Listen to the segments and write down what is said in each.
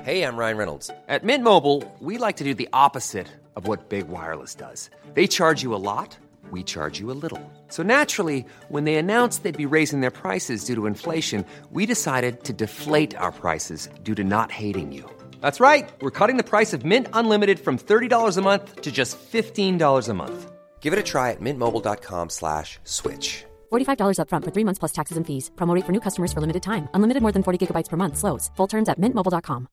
Hey, I'm Ryan Reynolds. At Mint Mobile, we like to do the opposite of what Big Wireless does. They charge you a lot, we charge you a little. So naturally, when they announced they'd be raising their prices due to inflation, we decided to deflate our prices due to not hating you. That's right. We're cutting the price of Mint Unlimited from $30 a month to just $15 a month. Give it a try at mintmobile.com/switch. $45 up front for 3 months plus taxes and fees. Promo rate for new customers for limited time. Unlimited more than 40 gigabytes per month. Slows full terms at mintmobile.com.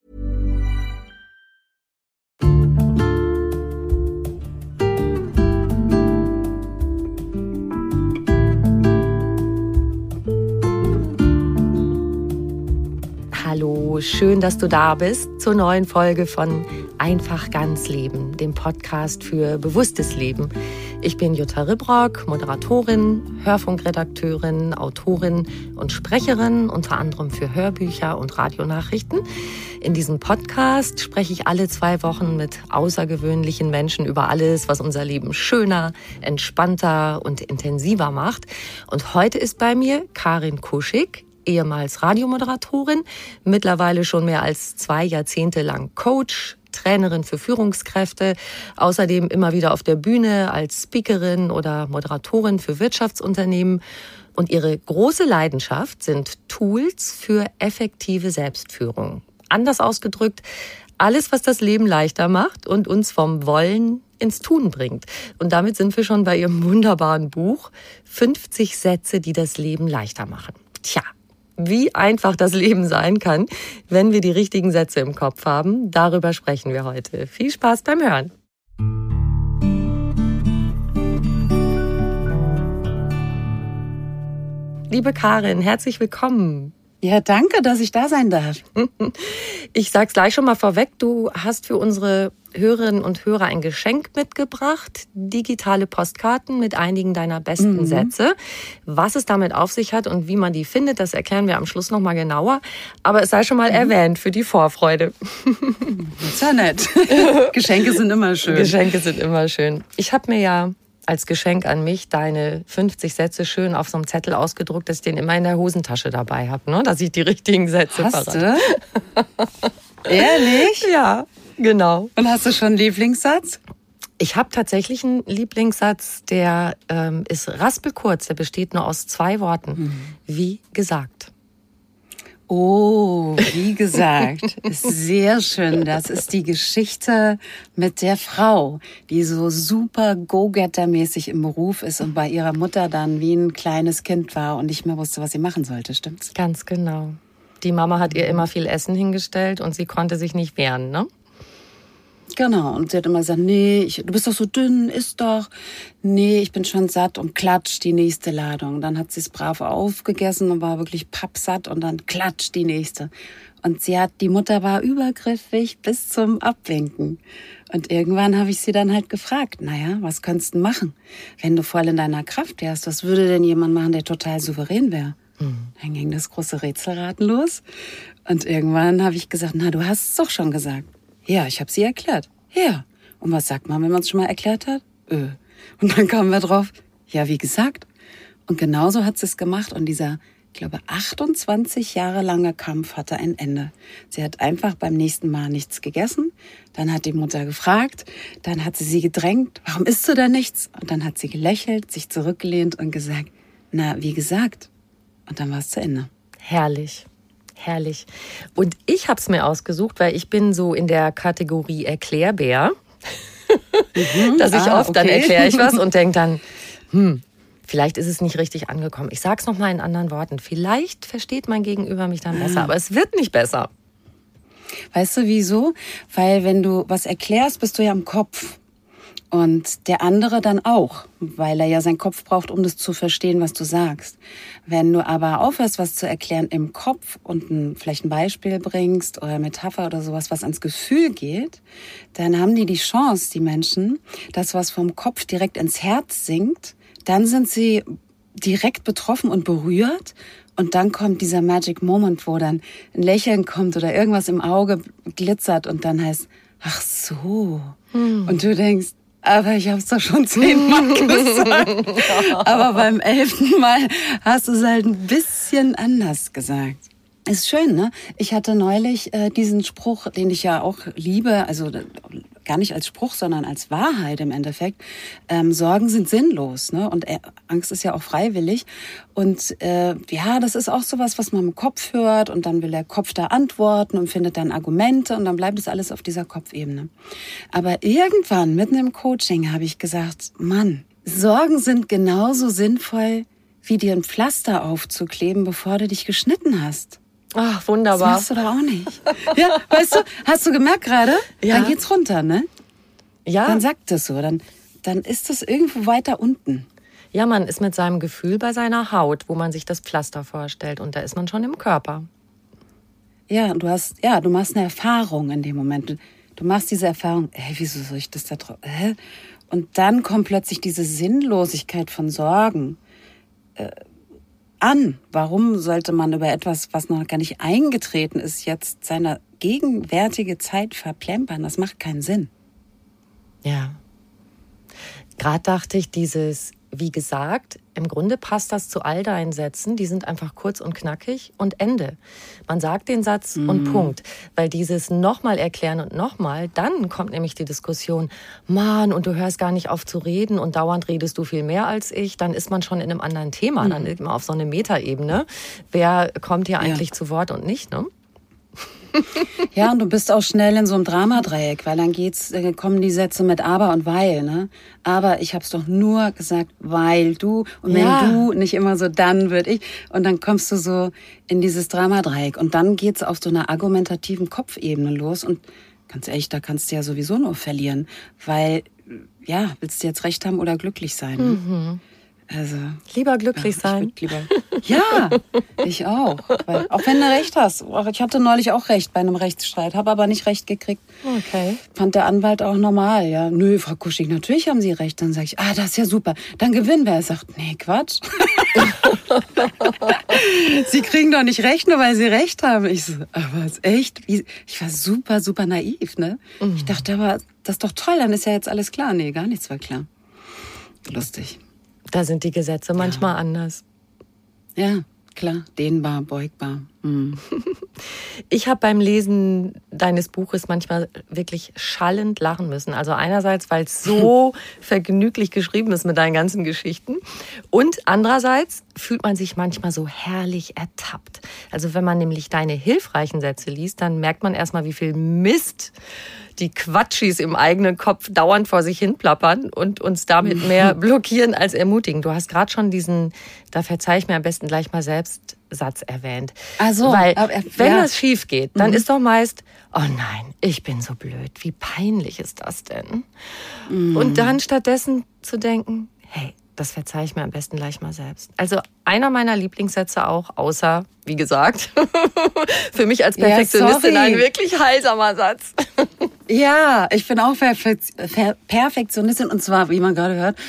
Hallo, schön, dass du da bist zur neuen Folge von Einfach ganz Leben, dem Podcast für bewusstes Leben. Ich bin Jutta Ribrock, Moderatorin, Hörfunkredakteurin, Autorin und Sprecherin, unter anderem für Hörbücher und Radionachrichten. In diesem Podcast spreche ich alle 2 Wochen mit außergewöhnlichen Menschen über alles, was unser Leben schöner, entspannter und intensiver macht. Und heute ist bei mir Karin Kuschig, ehemals Radiomoderatorin, mittlerweile schon mehr als 2 Jahrzehnte lang Coach, Trainerin für Führungskräfte, außerdem immer wieder auf der Bühne als Speakerin oder Moderatorin für Wirtschaftsunternehmen. Und ihre große Leidenschaft sind Tools für effektive Selbstführung. Anders ausgedrückt, alles, was das Leben leichter macht und uns vom Wollen ins Tun bringt. Und damit sind wir schon bei ihrem wunderbaren Buch 50 Sätze, die das Leben leichter machen. Tja, wie einfach das Leben sein kann, wenn wir die richtigen Sätze im Kopf haben, darüber sprechen wir heute. Viel Spaß beim Hören. Liebe Karin, herzlich willkommen. Ja, danke, dass ich da sein darf. Ich sag's gleich schon mal vorweg, du hast für unsere Hörerinnen und Hörer ein Geschenk mitgebracht, digitale Postkarten mit einigen deiner besten Sätze. Was es damit auf sich hat und wie man die findet, das erklären wir am Schluss noch mal genauer. Aber es sei schon mal erwähnt für die Vorfreude. Das ist ja nett. Geschenke sind immer schön. Geschenke sind immer schön. Ich habe mir ja als Geschenk an mich deine 50 Sätze schön auf so einem Zettel ausgedruckt, dass ich den immer in der Hosentasche dabei habe, ne? Dass ich die richtigen Sätze verrate. Ehrlich? Ja, genau. Und hast du schon einen Lieblingssatz? Ich habe tatsächlich einen Lieblingssatz, der ist raspelkurz, der besteht nur aus 2 Worten. Wie gesagt. Oh, wie gesagt, ist sehr schön. Das ist die Geschichte mit der Frau, die so super Go-Getter-mäßig im Beruf ist und bei ihrer Mutter dann wie ein kleines Kind war und nicht mehr wusste, was sie machen sollte, stimmt's? Ganz genau. Die Mama hat ihr immer viel Essen hingestellt und sie konnte sich nicht wehren, ne? Genau, und sie hat immer gesagt, nee, du bist doch so dünn, isst doch. Nee, ich bin schon satt und klatsch die nächste Ladung. Dann hat sie es brav aufgegessen und war wirklich pappsatt und dann klatsch die nächste. Und die Mutter war übergriffig bis zum Abwinken. Und irgendwann habe ich sie dann halt gefragt, naja, was könntest du machen, wenn du voll in deiner Kraft wärst? Was würde denn jemand machen, der total souverän wäre? Dann ging das große Rätselraten los. Und irgendwann habe ich gesagt, na, du hast es doch schon gesagt. Ja, ich habe sie erklärt. Ja. Und was sagt man, wenn man es schon mal erklärt hat? Und dann kamen wir drauf, ja, wie gesagt. Und genauso hat sie es gemacht. Und dieser, ich glaube, 28 Jahre lange Kampf hatte ein Ende. Sie hat einfach beim nächsten Mal nichts gegessen. Dann hat die Mutter gefragt. Dann hat sie gedrängt, warum isst du denn nichts? Und dann hat sie gelächelt, sich zurückgelehnt und gesagt, na, wie gesagt. Und dann war es zu Ende. Herrlich. Herrlich. Und ich habe es mir ausgesucht, weil ich bin so in der Kategorie Erklärbär, dass ich oft dann erkläre ich was und denke dann, vielleicht ist es nicht richtig angekommen. Ich sage es nochmal in anderen Worten. Vielleicht versteht mein Gegenüber mich dann besser, aber es wird nicht besser. Weißt du wieso? Weil wenn du was erklärst, bist du ja im Kopf. Und der andere dann auch, weil er ja seinen Kopf braucht, um das zu verstehen, was du sagst. Wenn du aber aufhörst, was zu erklären im Kopf und vielleicht ein Beispiel bringst oder Metapher oder sowas, was ans Gefühl geht, dann haben die Chance, die Menschen, dass was vom Kopf direkt ins Herz sinkt. Dann sind sie direkt betroffen und berührt. Und dann kommt dieser Magic Moment, wo dann ein Lächeln kommt oder irgendwas im Auge glitzert und dann heißt, ach so. Und du denkst, aber ich habe es doch schon 10-mal gesagt. Aber beim 11. Mal hast du es halt ein bisschen anders gesagt. Ist schön, ne? Ich hatte neulich diesen Spruch, den ich ja auch liebe, also gar nicht als Spruch, sondern als Wahrheit im Endeffekt. Sorgen sind sinnlos, ne? Und Angst ist ja auch freiwillig. Und ja, das ist auch sowas, was man im Kopf hört und dann will der Kopf da antworten und findet dann Argumente und dann bleibt es alles auf dieser Kopfebene. Aber irgendwann, mitten im Coaching, habe ich gesagt, Mann, Sorgen sind genauso sinnvoll, wie dir ein Pflaster aufzukleben, bevor du dich geschnitten hast. Ach, wunderbar. Das machst du doch auch nicht. Ja, weißt du, hast du gemerkt gerade? Ja. Dann geht's runter, ne? Ja. Dann sagt es so, dann ist das irgendwo weiter unten. Ja, man ist mit seinem Gefühl bei seiner Haut, wo man sich das Pflaster vorstellt. Und da ist man schon im Körper. Ja, du machst eine Erfahrung in dem Moment. Du machst diese Erfahrung, wieso soll ich das da drauf? Und dann kommt plötzlich diese Sinnlosigkeit von Sorgen an. Warum sollte man über etwas, was noch gar nicht eingetreten ist, jetzt seine gegenwärtige Zeit verplempern? Das macht keinen Sinn. Ja. Gerade dachte ich, wie gesagt, im Grunde passt das zu all deinen Sätzen. Die sind einfach kurz und knackig und Ende. Man sagt den Satz und Punkt. Weil dieses nochmal erklären und nochmal, dann kommt nämlich die Diskussion, Mann, und du hörst gar nicht auf zu reden und dauernd redest du viel mehr als ich. Dann ist man schon in einem anderen Thema, dann ist man auf so eine Metaebene. Wer kommt hier eigentlich zu Wort und nicht, ne? Ja, und du bist auch schnell in so einem Dramadreieck, weil dann kommen die Sätze mit aber und weil, ne? Aber ich hab's doch nur gesagt, weil du, und wenn du nicht immer so, dann würd ich. Und dann kommst du so in dieses Dramadreieck. Und dann geht's auf so einer argumentativen Kopfebene los. Und ganz ehrlich, da kannst du ja sowieso nur verlieren. Weil, ja, willst du jetzt recht haben oder glücklich sein? Ne? Mhm. Also, lieber glücklich sein. Ja, ich auch. Weil, auch wenn du recht hast. Ich hatte neulich auch recht bei einem Rechtsstreit, habe aber nicht recht gekriegt. Okay. Fand der Anwalt auch normal, ja. Nö, Frau Kuschig, natürlich haben Sie recht. Dann sage ich, das ist ja super. Dann gewinnen wir. Er sagt, nee, Quatsch. Sie kriegen doch nicht recht, nur weil Sie recht haben. Ich so, aber ist echt? Ich war super, super naiv, ne? Ich dachte aber, das ist doch toll, dann ist ja jetzt alles klar. Nee, gar nichts war klar. Lustig. Da sind die Gesetze manchmal anders. Ja, klar. Dehnbar, beugbar. Ich habe beim Lesen deines Buches manchmal wirklich schallend lachen müssen. Also einerseits, weil es so vergnüglich geschrieben ist mit deinen ganzen Geschichten. Und andererseits fühlt man sich manchmal so herrlich ertappt. Also wenn man nämlich deine hilfreichen Sätze liest, dann merkt man erstmal, wie viel Mist die Quatschis im eigenen Kopf dauernd vor sich hin plappern und uns damit mehr blockieren als ermutigen. Du hast gerade schon diesen, da verzeih ich mir am besten gleich mal selbst, Satz erwähnt. Also, weil wenn das schief geht, dann ist doch meist, oh nein, ich bin so blöd, wie peinlich ist das denn? Und dann stattdessen zu denken, hey, das verzeih ich mir am besten gleich mal selbst. Also einer meiner Lieblingssätze auch, außer, wie gesagt, für mich als Perfektionistin ein wirklich heilsamer Satz. Ja, ich bin auch Perfektionistin und zwar, wie man gerade hört,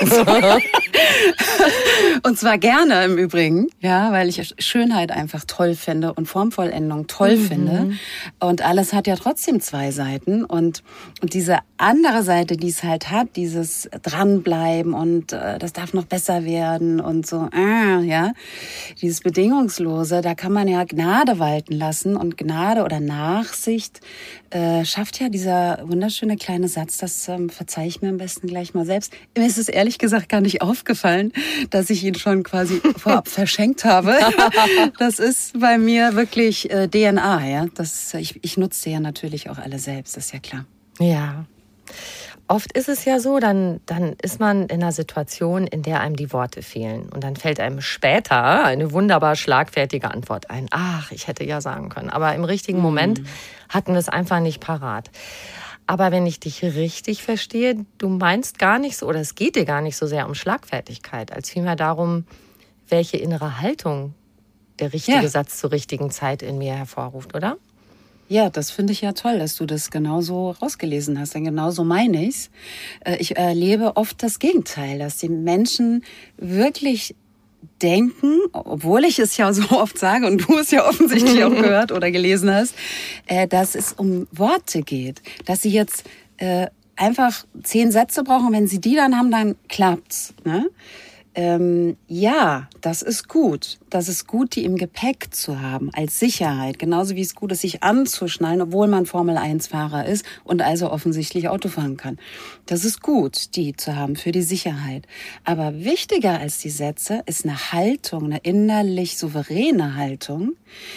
und zwar gerne im Übrigen, ja, weil ich Schönheit einfach toll finde und Formvollendung toll finde und alles hat ja trotzdem zwei Seiten und diese andere Seite, die es halt hat, dieses Dranbleiben und das darf noch besser werden und so, ja, dieses Bedingungslose, da kann man ja Gnade walten lassen und Gnade oder Nachsicht schafft ja dieser wunderschöne kleine Satz, das verzeih ich mir am besten gleich mal selbst. Mir ist es ehrlich gesagt gar nicht aufgefallen, dass ich ihn schon quasi vorab verschenkt habe. Das ist bei mir wirklich DNA, ja. Ich nutze ja natürlich auch alle selbst, das ist ja klar. Ja. Oft ist es ja so, dann ist man in einer Situation, in der einem die Worte fehlen. Und dann fällt einem später eine wunderbar schlagfertige Antwort ein. Ach, ich hätte ja sagen können. Aber im richtigen Moment hatten wir es einfach nicht parat. Aber wenn ich dich richtig verstehe, du meinst gar nicht so, oder es geht dir gar nicht so sehr um Schlagfertigkeit, als vielmehr darum, welche innere Haltung der richtige Satz zur richtigen Zeit in mir hervorruft, oder? Ja, das finde ich ja toll, dass du das genauso rausgelesen hast, denn genauso meine ich's. Ich erlebe oft das Gegenteil, dass die Menschen wirklich denken, obwohl ich es ja so oft sage und du es ja offensichtlich auch gehört oder gelesen hast, dass es um Worte geht, dass sie jetzt einfach 10 Sätze brauchen, wenn sie die dann haben, dann klappt's, ne? ja, das ist gut. Das ist gut, die im Gepäck zu haben, als Sicherheit. Genauso wie es gut ist, sich anzuschnallen, obwohl man Formel-1-Fahrer ist und also offensichtlich Auto fahren kann. Das ist gut, die zu haben für die Sicherheit. Aber wichtiger als die Sätze ist eine Haltung, eine innerlich souveräne Haltung,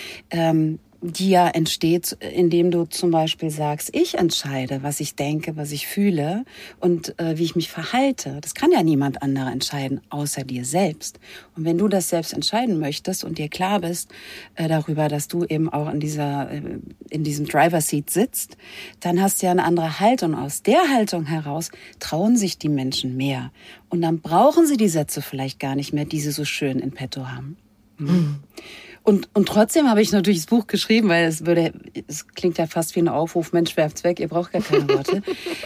die ja entsteht, indem du zum Beispiel sagst, ich entscheide, was ich denke, was ich fühle und wie ich mich verhalte. Das kann ja niemand anderer entscheiden, außer dir selbst. Und wenn du das selbst entscheiden möchtest und dir klar bist darüber, dass du eben auch in diesem Driver-Seat sitzt, dann hast du ja eine andere Haltung. Aus der Haltung heraus trauen sich die Menschen mehr. Und dann brauchen sie die Sätze vielleicht gar nicht mehr, die sie so schön in petto haben. Mhm. Und trotzdem habe ich natürlich das Buch geschrieben, weil es klingt ja fast wie ein Aufruf, Mensch, werft's weg, ihr braucht gar keine Worte.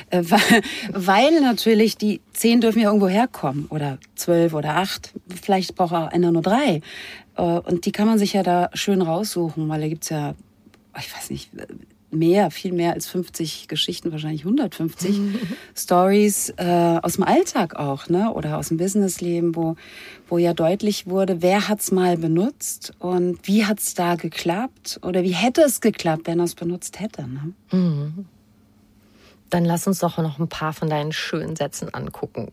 weil natürlich die 10 dürfen ja irgendwo herkommen oder 12 oder 8, vielleicht braucht auch einer nur 3. Und die kann man sich ja da schön raussuchen, weil da gibt's ja, ich weiß nicht, viel mehr als 50 Geschichten, wahrscheinlich 150 Stories aus dem Alltag auch, ne? Oder aus dem Businessleben, wo ja deutlich wurde, wer hat's mal benutzt und wie hat's da geklappt oder wie hätte es geklappt, wenn er es benutzt hätte. Ne? Mhm. Dann lass uns doch noch ein paar von deinen schönen Sätzen angucken.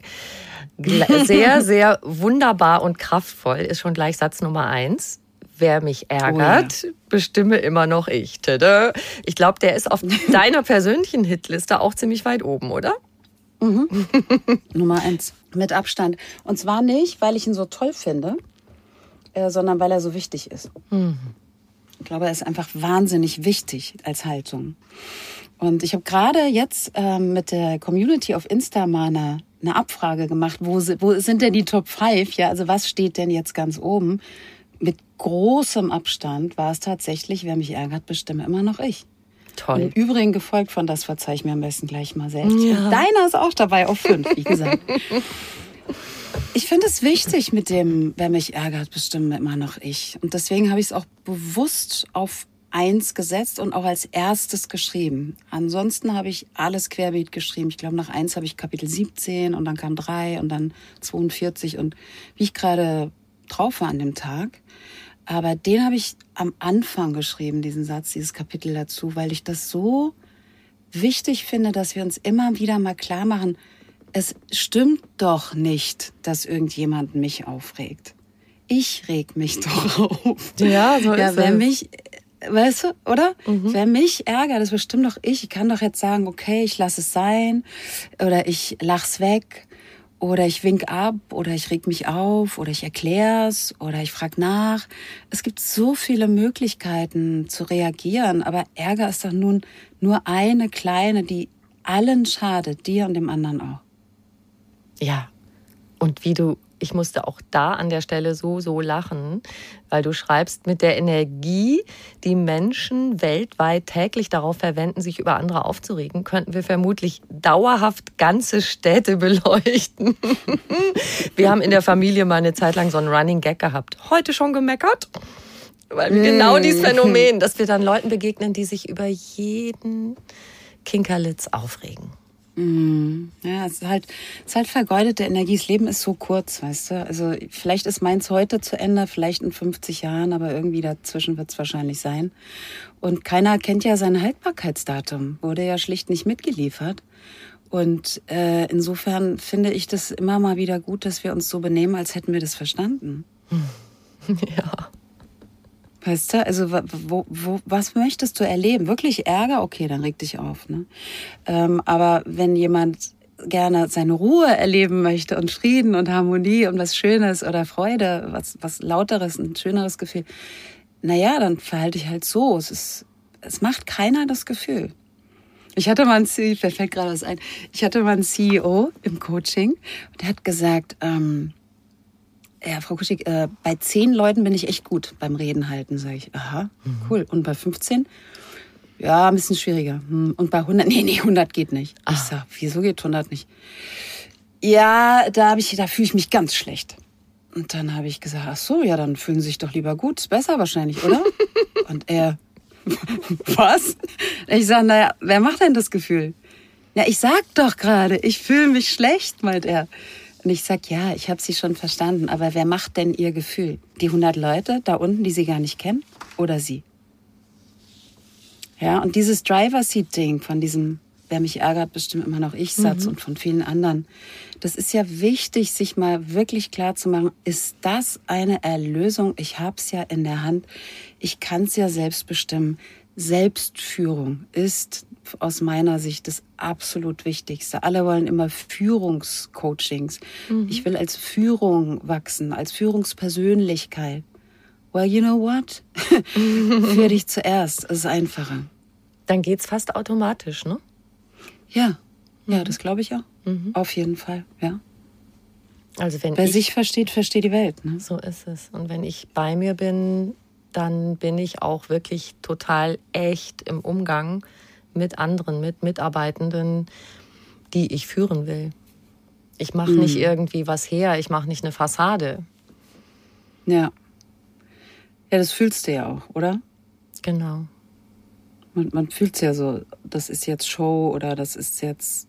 Sehr, sehr wunderbar und kraftvoll ist schon gleich Satz Nummer 1. Wer mich ärgert, bestimme immer noch ich. Tada. Ich glaube, der ist auf deiner persönlichen Hitliste auch ziemlich weit oben, oder? Mhm. Nummer 1, mit Abstand. Und zwar nicht, weil ich ihn so toll finde, sondern weil er so wichtig ist. Mhm. Ich glaube, er ist einfach wahnsinnig wichtig als Haltung. Und ich habe gerade jetzt mit der Community auf Insta mal eine Abfrage gemacht, wo sind denn die Top 5? Ja, also was steht denn jetzt ganz oben? Mit großem Abstand war es tatsächlich, wer mich ärgert, bestimme immer noch ich. Toll. Im Übrigen gefolgt von, das verzeih ich mir am besten gleich mal selbst. Ja. Und deiner ist auch dabei auf 5, wie gesagt. Ich finde es wichtig mit dem, wer mich ärgert, bestimme immer noch ich. Und deswegen habe ich es auch bewusst auf 1 gesetzt und auch als erstes geschrieben. Ansonsten habe ich alles querbeet geschrieben. Ich glaube, nach 1 habe ich Kapitel 17 und dann kam 3 und dann 42 und wie ich gerade drauf war an dem Tag. Aber den habe ich am Anfang geschrieben, diesen Satz, dieses Kapitel dazu, weil ich das so wichtig finde, dass wir uns immer wieder mal klar machen, es stimmt doch nicht, dass irgendjemand mich aufregt. Ich reg mich doch auf. Ja, so ist wer es. mich, weißt du, oder? Mhm. Wer mich ärgert, das bestimmt doch ich. Ich kann doch jetzt sagen, okay, ich lasse es sein oder ich lach's weg. Oder ich wink ab, oder ich reg mich auf, oder ich erklär's, oder ich frag nach. Es gibt so viele Möglichkeiten zu reagieren, aber Ärger ist doch nun nur eine kleine, die allen schadet, dir und dem anderen auch. Ja, und ich musste auch da an der Stelle so lachen, weil du schreibst, mit der Energie, die Menschen weltweit täglich darauf verwenden, sich über andere aufzuregen, könnten wir vermutlich dauerhaft ganze Städte beleuchten. Wir haben in der Familie mal eine Zeit lang so einen Running Gag gehabt. Heute schon gemeckert? Weil wir genau dieses Phänomen, dass wir dann Leuten begegnen, die sich über jeden Kinkerlitz aufregen. Ja, es ist halt vergeudete Energie. Das Leben ist so kurz, weißt du. Also vielleicht ist meins heute zu Ende, vielleicht in 50 Jahren, aber irgendwie dazwischen wird es wahrscheinlich sein. Und keiner kennt ja sein Haltbarkeitsdatum, wurde ja schlicht nicht mitgeliefert. Und insofern finde ich das immer mal wieder gut, dass wir uns so benehmen, als hätten wir das verstanden. Ja. Weißt du, also was möchtest du erleben? Wirklich Ärger? Okay, dann reg dich auf. Ne? Aber wenn jemand gerne seine Ruhe erleben möchte und Frieden und Harmonie und was Schönes oder Freude, was Lauteres, ein schöneres Gefühl, naja, dann verhalte ich halt so. Es macht keiner das Gefühl. Ich hatte mal einen CEO im Coaching und der hat gesagt, ja, Frau Kuschig, bei 10 Leuten bin ich echt gut beim Reden halten, sage ich. Aha, cool. Und bei 15? Ja, ein bisschen schwieriger. Und bei 100? Nee, 100 geht nicht. Ich sag, wieso geht 100 nicht? Ja, da fühle ich mich ganz schlecht. Und dann habe ich gesagt, ach so, ja, dann fühlen Sie sich doch lieber gut. Ist besser wahrscheinlich, oder? Und er, was? Ich sage, naja, wer macht denn das Gefühl? Ja, ich sag doch gerade, ich fühle mich schlecht, meint er. Und ich sag, ja, ich habe Sie schon verstanden, aber wer macht denn Ihr Gefühl? Die 100 Leute da unten, die Sie gar nicht kennen? Oder Sie? Ja, und dieses Driver-Seat-Ding von diesem, wer mich ärgert, bestimmt immer noch Ich-Satz und von vielen anderen, das ist ja wichtig, sich mal wirklich klar zu machen, ist das eine Erlösung? Ich hab's ja in der Hand, ich kann's ja selbst bestimmen. Selbstführung ist aus meiner Sicht das absolut Wichtigste. Alle wollen immer Führungscoachings. Ich will als Führung wachsen, als Führungspersönlichkeit. Well, you know what? Für dich zuerst, es ist einfacher. Dann geht's fast automatisch, ne? Ja, das glaube ich auch. Auf jeden Fall, ja. Also wenn Wer sich versteht, versteht die Welt. Ne? So ist es. Und wenn ich bei mir bin, dann bin ich auch wirklich total echt im Umgang mit anderen, mit Mitarbeitenden, die ich führen will. Ich mache nicht irgendwie was her, ich mache nicht eine Fassade. Ja. Ja, das fühlst du ja auch, oder? Genau. Man fühlt es ja so, das ist jetzt Show oder das ist jetzt,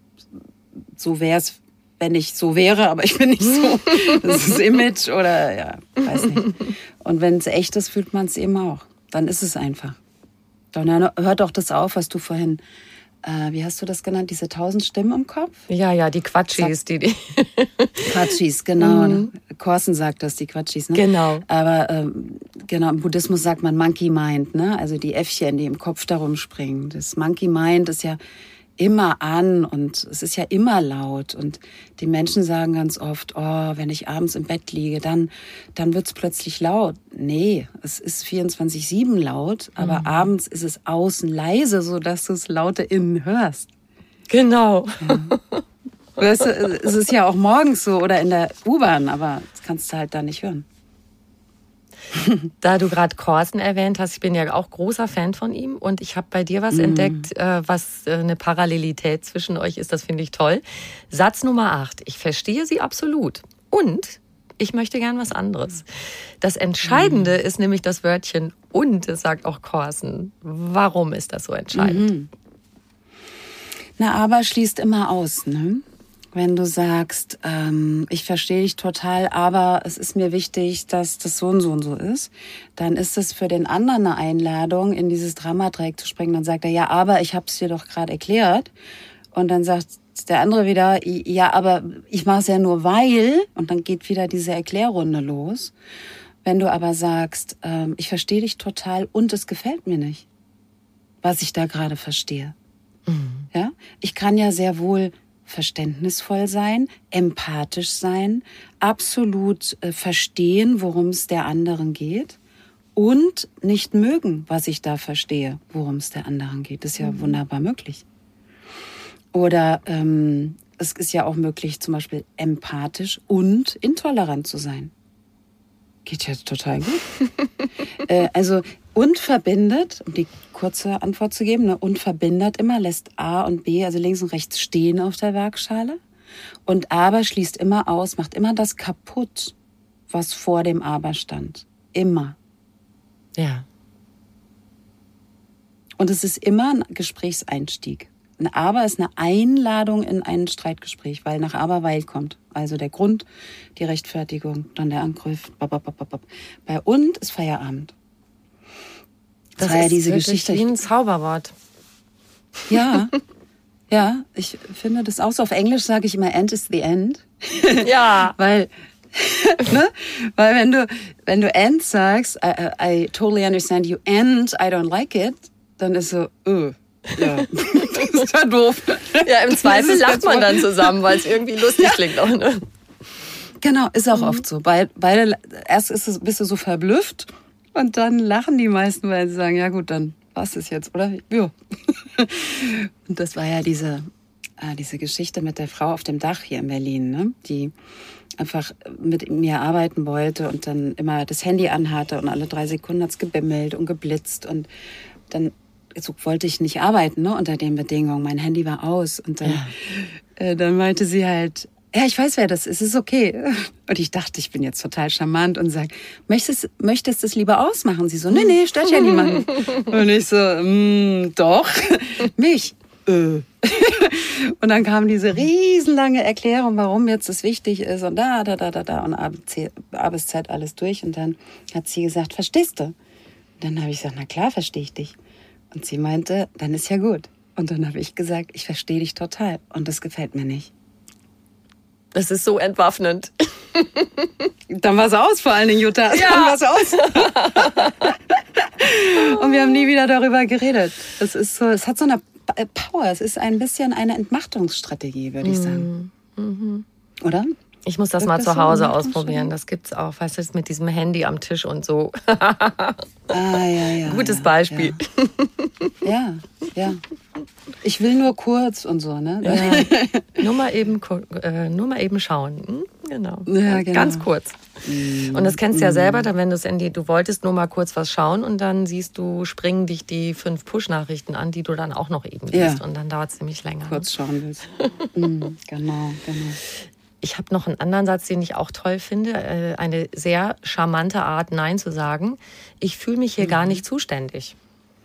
so wäre es, wenn ich so wäre, aber ich bin nicht so. Das ist Image oder, ja, weiß nicht. Und wenn es echt ist, fühlt man es eben auch. Dann ist es einfach. Dann hört doch das auf, was du vorhin, wie hast du das genannt, diese 1000 Stimmen im Kopf? Ja, die Quatschis, die. Quatschis, genau. Corson sagt das, die Quatschis, ne? Genau. Aber genau, im Buddhismus sagt man Monkey Mind, ne? Also die Äffchen, die im Kopf darum springen. Das Monkey Mind ist ja immer an und es ist ja immer laut. Und die Menschen sagen ganz oft, oh, wenn ich abends im Bett liege, dann wird's plötzlich laut. Nee, es ist 24/7 laut, aber abends ist es außen leise, sodass du es laute innen hörst. Genau. Ja. Weißt du, es ist ja auch morgens so oder in der U-Bahn, aber das kannst du halt da nicht hören. Da du gerade Corson erwähnt hast, ich bin ja auch großer Fan von ihm und ich habe bei dir was entdeckt, was eine Parallelität zwischen euch ist, das finde ich toll. Satz Nummer 8, ich verstehe Sie absolut und ich möchte gern was anderes. Das Entscheidende ist nämlich das Wörtchen und, das sagt auch Corson. Warum ist das so entscheidend? Na, aber schließt immer aus, ne? Wenn du sagst, ich verstehe dich total, aber es ist mir wichtig, dass das so und so und so ist, dann ist es für den anderen eine Einladung, in dieses Dramadreieck zu springen. Dann sagt er, ja, aber ich habe es dir doch gerade erklärt. Und dann sagt der andere wieder, ja, aber ich mache es ja nur weil. Und dann geht wieder diese Erklärrunde los. Wenn du aber sagst, ich verstehe dich total und es gefällt mir nicht, was ich da gerade verstehe. Ja, ich kann ja sehr wohl verständnisvoll sein, empathisch sein, absolut verstehen, worum es der anderen geht und nicht mögen, was ich da verstehe, worum es der anderen geht. Das ist ja wunderbar möglich. Oder es ist ja auch möglich, zum Beispiel empathisch und intolerant zu sein. Geht ja total gut. Also und verbindet, um die kurze Antwort zu geben, ne, und verbindet immer, lässt A und B, also links und rechts, stehen auf der Waagschale. Und aber schließt immer aus, macht immer das kaputt, was vor dem Aber stand. Immer. Ja. Und es ist immer ein Gesprächseinstieg. Ein Aber ist eine Einladung in ein Streitgespräch, weil nach Aber weil kommt. Also der Grund, die Rechtfertigung, dann der Angriff. Bei und ist Feierabend. Das war ja ist diese wirklich Geschichte. wie ein Zauberwort. Ja, ja, ich finde das auch so. Auf Englisch sage ich immer, end is the end. Ja. Weil, ne? Weil wenn du end sagst, I totally understand you and I don't like it, dann ist so, ja, das ist ja doof. Ja, im Zweifel lacht man dann zusammen, weil es irgendwie lustig klingt auch, ne? Genau, ist auch oft so. Beide, erst bist du so verblüfft und dann lachen die meisten, weil sie sagen, ja gut, dann war's es jetzt, oder? Ja. Und das war ja diese Geschichte mit der Frau auf dem Dach hier in Berlin, ne? Die einfach mit mir arbeiten wollte und dann immer das Handy anhatte und alle 3 Sekunden hat's gebimmelt und geblitzt und dann so wollte ich nicht arbeiten, ne, unter den Bedingungen. Mein Handy war aus und dann meinte sie halt, ja, ich weiß, wer das ist, es ist okay. Und ich dachte, ich bin jetzt total charmant und sag, möchtest du es lieber ausmachen? Sie so, nee, stört ja niemanden. Und ich so, doch, mich. Und dann kam diese riesenlange Erklärung, warum jetzt das wichtig ist und da und A bis Z alles durch. Und dann hat sie gesagt, verstehst du? Und dann habe ich gesagt, na klar, verstehe ich dich. Und sie meinte, dann ist ja gut. Und dann habe ich gesagt, ich verstehe dich total und das gefällt mir nicht. Das ist so entwaffnend. Dann war es aus, vor allen Dingen, Jutta. Ja. Dann war es aus. Und wir haben nie wieder darüber geredet. Es ist so, es hat so eine Power. Es ist ein bisschen eine Entmachtungsstrategie, würde ich sagen. Oder? Ich muss das mal zu Hause ausprobieren. Das gibt's auch. Was ist mit diesem Handy am Tisch und so? Ja. Gutes Beispiel. Ja. Ich will nur kurz und so, ne? Ja. Nur mal eben schauen. Genau. Ja, genau. Ganz kurz. Und das kennst du ja selber, dann wenn du wolltest nur mal kurz was schauen und dann springen dich die 5 Push-Nachrichten an, die du dann auch noch eben liest. Und dann dauert es nämlich länger. Kurz schauen willst. Genau. Ich habe noch einen anderen Satz, den ich auch toll finde. Eine sehr charmante Art, Nein zu sagen. Ich fühle mich hier gar nicht zuständig.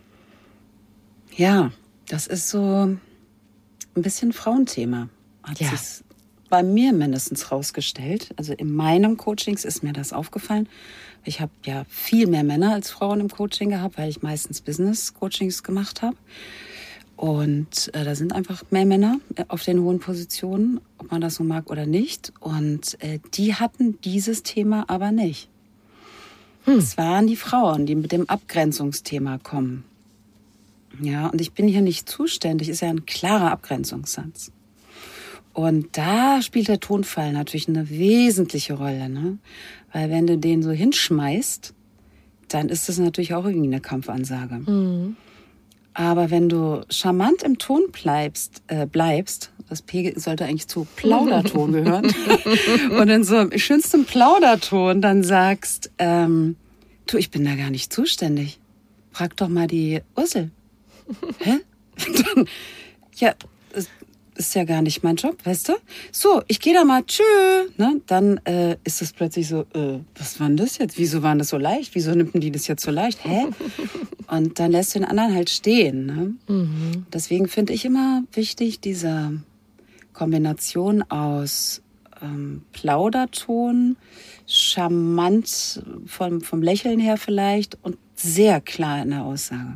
Ja, das ist so ein bisschen Frauenthema. Hat sich bei mir mindestens rausgestellt. Also in meinem Coachings ist mir das aufgefallen. Ich habe ja viel mehr Männer als Frauen im Coaching gehabt, weil ich meistens Business-Coachings gemacht habe. Und da sind einfach mehr Männer auf den hohen Positionen, ob man das so mag oder nicht. Und die hatten dieses Thema aber nicht. Es waren die Frauen, die mit dem Abgrenzungsthema kommen. Ja, und ich bin hier nicht zuständig, ist ja ein klarer Abgrenzungssatz. Und da spielt der Tonfall natürlich eine wesentliche Rolle, ne? Weil wenn du den so hinschmeißt, dann ist das natürlich auch irgendwie eine Kampfansage. Aber wenn du charmant im Ton bleibst, das P sollte eigentlich zu Plauderton gehören, und in so einem schönsten Plauderton dann sagst, du, ich bin da gar nicht zuständig. Frag doch mal die Ursel. Hä? Dann, ja, das ist ja gar nicht mein Job, weißt du? So, ich gehe da mal, tschö. Ne? Dann ist es plötzlich so, was war denn das jetzt? Wieso war das so leicht? Wieso nimmt die das jetzt so leicht? Hä? Und dann lässt du den anderen halt stehen. Ne? Deswegen finde ich immer wichtig, diese Kombination aus Plauderton, charmant vom Lächeln her vielleicht und sehr klar in der Aussage.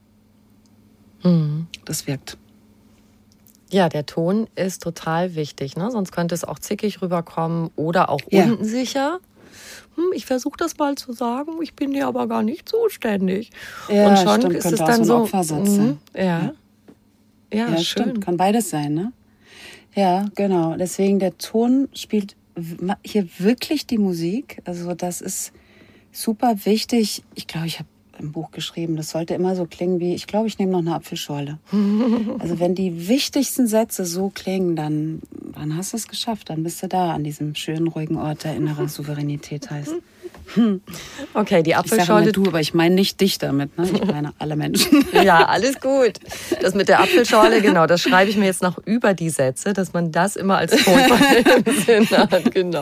Das wirkt. Ja, der Ton ist total wichtig, ne? Sonst könnte es auch zickig rüberkommen oder auch unsicher. Ich versuche das mal zu sagen, ich bin dir aber gar nicht zuständig. Ja, und schon stimmt, ist könnte es auch dann so ein so. Opfersatz sein. Ja, schön. Stimmt, kann beides sein, ne? Ja, genau. Deswegen der Ton spielt hier wirklich die Musik. Also das ist super wichtig. Ich glaube, ich habe im Buch geschrieben, das sollte immer so klingen wie, ich glaube, ich nehme noch eine Apfelschorle. Also wenn die wichtigsten Sätze so klingen, dann hast du es geschafft. Dann bist du da an diesem schönen, ruhigen Ort, der innere Souveränität heißt. Okay, die Apfelschorle. Ich sage du, aber ich meine nicht dich damit, ne? Ich meine alle Menschen. Ja, alles gut. Das mit der Apfelschorle, genau, das schreibe ich mir jetzt noch über die Sätze, dass man das immer als Tonfall im Sinn hat, genau.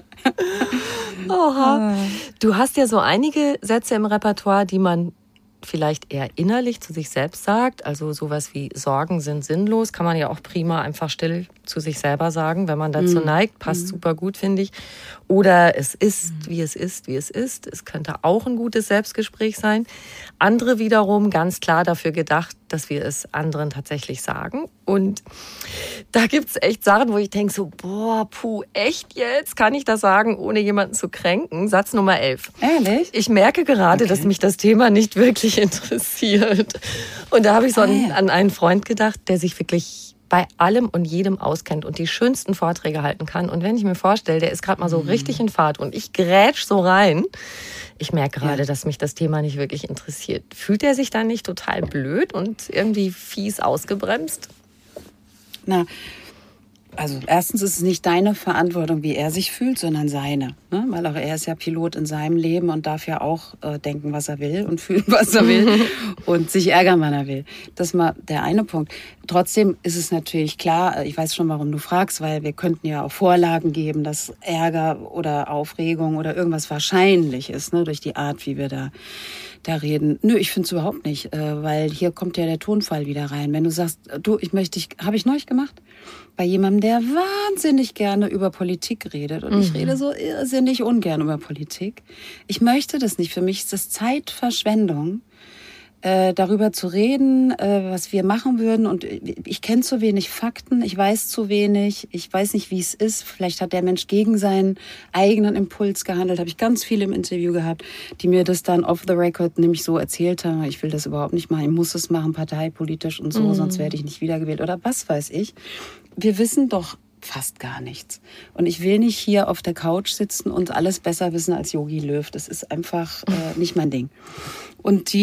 Oha. Du hast ja so einige Sätze im Repertoire, die man vielleicht eher innerlich zu sich selbst sagt. Also sowas wie Sorgen sind sinnlos, kann man ja auch prima einfach still zu sich selber sagen, wenn man dazu neigt. Passt super gut, finde ich. Oder es ist, wie es ist, wie es ist. Es könnte auch ein gutes Selbstgespräch sein. Andere wiederum ganz klar dafür gedacht, dass wir es anderen tatsächlich sagen. Und da gibt's echt Sachen, wo ich denke so, echt jetzt? Kann ich das sagen, ohne jemanden zu kränken? Satz Nummer 11. Ehrlich? Ich merke gerade, dass mich das Thema nicht wirklich interessiert. Und da habe ich so an einen Freund gedacht, der sich wirklich bei allem und jedem auskennt und die schönsten Vorträge halten kann. Und wenn ich mir vorstelle, der ist gerade mal so richtig in Fahrt und ich grätsch so rein, ich merke gerade, dass mich das Thema nicht wirklich interessiert. Fühlt er sich dann nicht total blöd und irgendwie fies ausgebremst? Na, also erstens ist es nicht deine Verantwortung, wie er sich fühlt, sondern seine. Ne? Weil auch er ist ja Pilot in seinem Leben und darf ja auch denken, was er will und fühlen, was er will und sich ärgern, wann er will. Das ist mal der eine Punkt. Trotzdem ist es natürlich klar, ich weiß schon, warum du fragst, weil wir könnten ja auch Vorlagen geben, dass Ärger oder Aufregung oder irgendwas wahrscheinlich ist, ne? Durch die Art, wie wir da da reden. Nö, ich finde es überhaupt nicht, weil hier kommt ja der Tonfall wieder rein. Wenn du sagst, du, habe ich neulich gemacht, bei jemandem, der wahnsinnig gerne über Politik redet. Und ich rede so irrsinnig ungern über Politik. Ich möchte das nicht. Für mich ist das Zeitverschwendung, darüber zu reden, was wir machen würden. Und ich kenne zu wenig Fakten, ich weiß zu wenig, ich weiß nicht, wie es ist. Vielleicht hat der Mensch gegen seinen eigenen Impuls gehandelt. Habe ich ganz viele im Interview gehabt, die mir das dann off the record nämlich so erzählt haben. Ich will das überhaupt nicht machen, ich muss es machen, parteipolitisch und so, sonst werde ich nicht wiedergewählt oder was weiß ich. Wir wissen doch fast gar nichts. Und ich will nicht hier auf der Couch sitzen und alles besser wissen als Jogi Löw. Das ist einfach nicht mein Ding. Und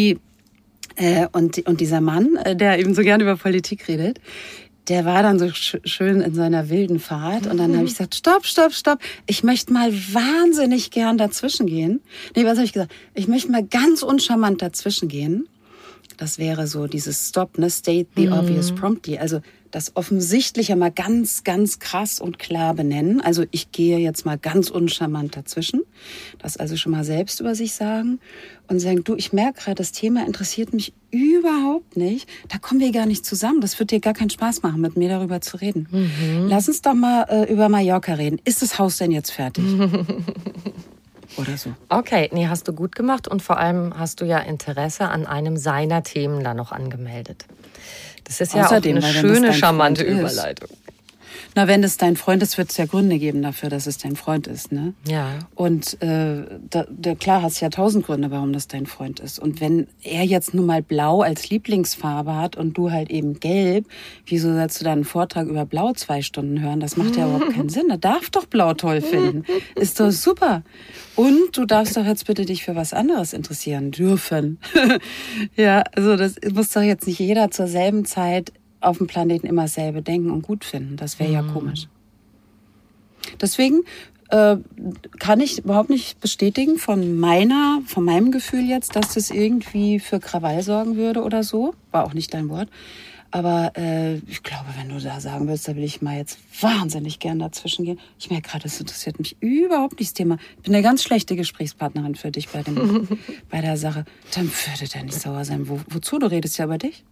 dieser Mann, der eben so gerne über Politik redet, der war dann so schön in seiner wilden Fahrt. Und dann habe ich gesagt, stopp. Ich möchte mal wahnsinnig gern dazwischen gehen. Nee, was habe ich gesagt? Ich möchte mal ganz uncharmant dazwischen gehen. Das wäre so dieses Stop, ne? State the obvious promptly. Also das Offensichtliche mal ganz, ganz krass und klar benennen. Also ich gehe jetzt mal ganz uncharmant dazwischen. Das also schon mal selbst über sich sagen. Und sagen, du, ich merke gerade, das Thema interessiert mich überhaupt nicht. Da kommen wir gar nicht zusammen. Das wird dir gar keinen Spaß machen, mit mir darüber zu reden. Lass uns doch mal über Mallorca reden. Ist das Haus denn jetzt fertig? Oder so. Okay, nee, hast du gut gemacht und vor allem hast du ja Interesse an einem seiner Themen da noch angemeldet. Das ist ja außerdem auch eine schöne, charmante Überleitung. Na, wenn es dein Freund ist, wird es ja Gründe geben dafür, dass es dein Freund ist, ne? Ja. Und klar hast du ja 1000 Gründe, warum das dein Freund ist. Und wenn er jetzt nun mal Blau als Lieblingsfarbe hat und du halt eben Gelb, wieso sollst du dann einen Vortrag über Blau 2 Stunden hören? Das macht ja überhaupt keinen Sinn. Er darf doch Blau toll finden. Ist doch super. Und du darfst doch jetzt bitte dich für was anderes interessieren dürfen. Ja, also das muss doch jetzt nicht jeder zur selben Zeit auf dem Planeten immer dasselbe denken und gut finden. Das wäre ja komisch. Deswegen kann ich überhaupt nicht bestätigen von meinem Gefühl jetzt, dass das irgendwie für Krawall sorgen würde oder so. War auch nicht dein Wort. Aber ich glaube, wenn du da sagen willst, da will ich mal jetzt wahnsinnig gern dazwischen gehen. Ich merke gerade, das interessiert mich überhaupt nicht, das Thema. Ich bin eine ganz schlechte Gesprächspartnerin für dich bei der Sache. Dann würde der nicht sauer sein. Wozu? Du redest ja über dich.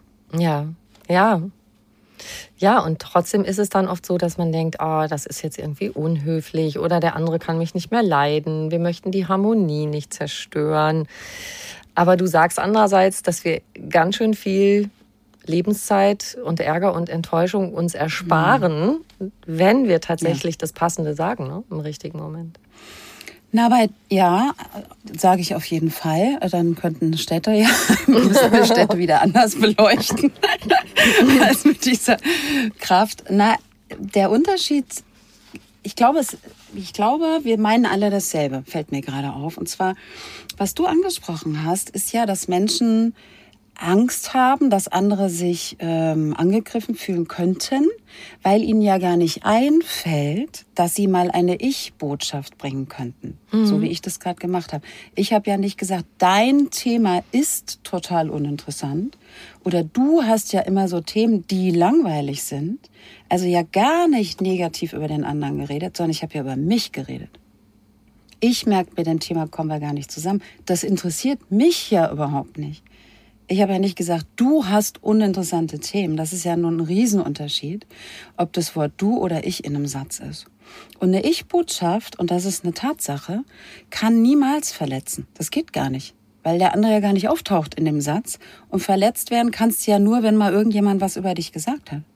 Ja, und trotzdem ist es dann oft so, dass man denkt, das ist jetzt irgendwie unhöflich oder der andere kann mich nicht mehr leiden. Wir möchten die Harmonie nicht zerstören. Aber du sagst andererseits, dass wir ganz schön viel Lebenszeit und Ärger und Enttäuschung uns ersparen, wenn wir tatsächlich das Passende sagen, ne, im richtigen Moment. Na, aber ja, sage ich auf jeden Fall. Dann könnten Städte müssen wir Städte wieder anders beleuchten als mit dieser Kraft. Na, der Unterschied, ich glaube, wir meinen alle dasselbe, fällt mir gerade auf. Und zwar, was du angesprochen hast, ist ja, dass Menschen Angst haben, dass andere sich angegriffen fühlen könnten, weil ihnen ja gar nicht einfällt, dass sie mal eine Ich-Botschaft bringen könnten. So wie ich das gerade gemacht habe. Ich habe ja nicht gesagt, dein Thema ist total uninteressant oder du hast ja immer so Themen, die langweilig sind. Also ja gar nicht negativ über den anderen geredet, sondern ich habe ja über mich geredet. Ich merke, mit dem Thema kommen wir gar nicht zusammen. Das interessiert mich ja überhaupt nicht. Ich habe ja nicht gesagt, du hast uninteressante Themen. Das ist ja nur ein Riesenunterschied, ob das Wort du oder ich in einem Satz ist. Und eine Ich-Botschaft, und das ist eine Tatsache, kann niemals verletzen. Das geht gar nicht, weil der andere ja gar nicht auftaucht in dem Satz. Und verletzt werden kannst du ja nur, wenn mal irgendjemand was über dich gesagt hat.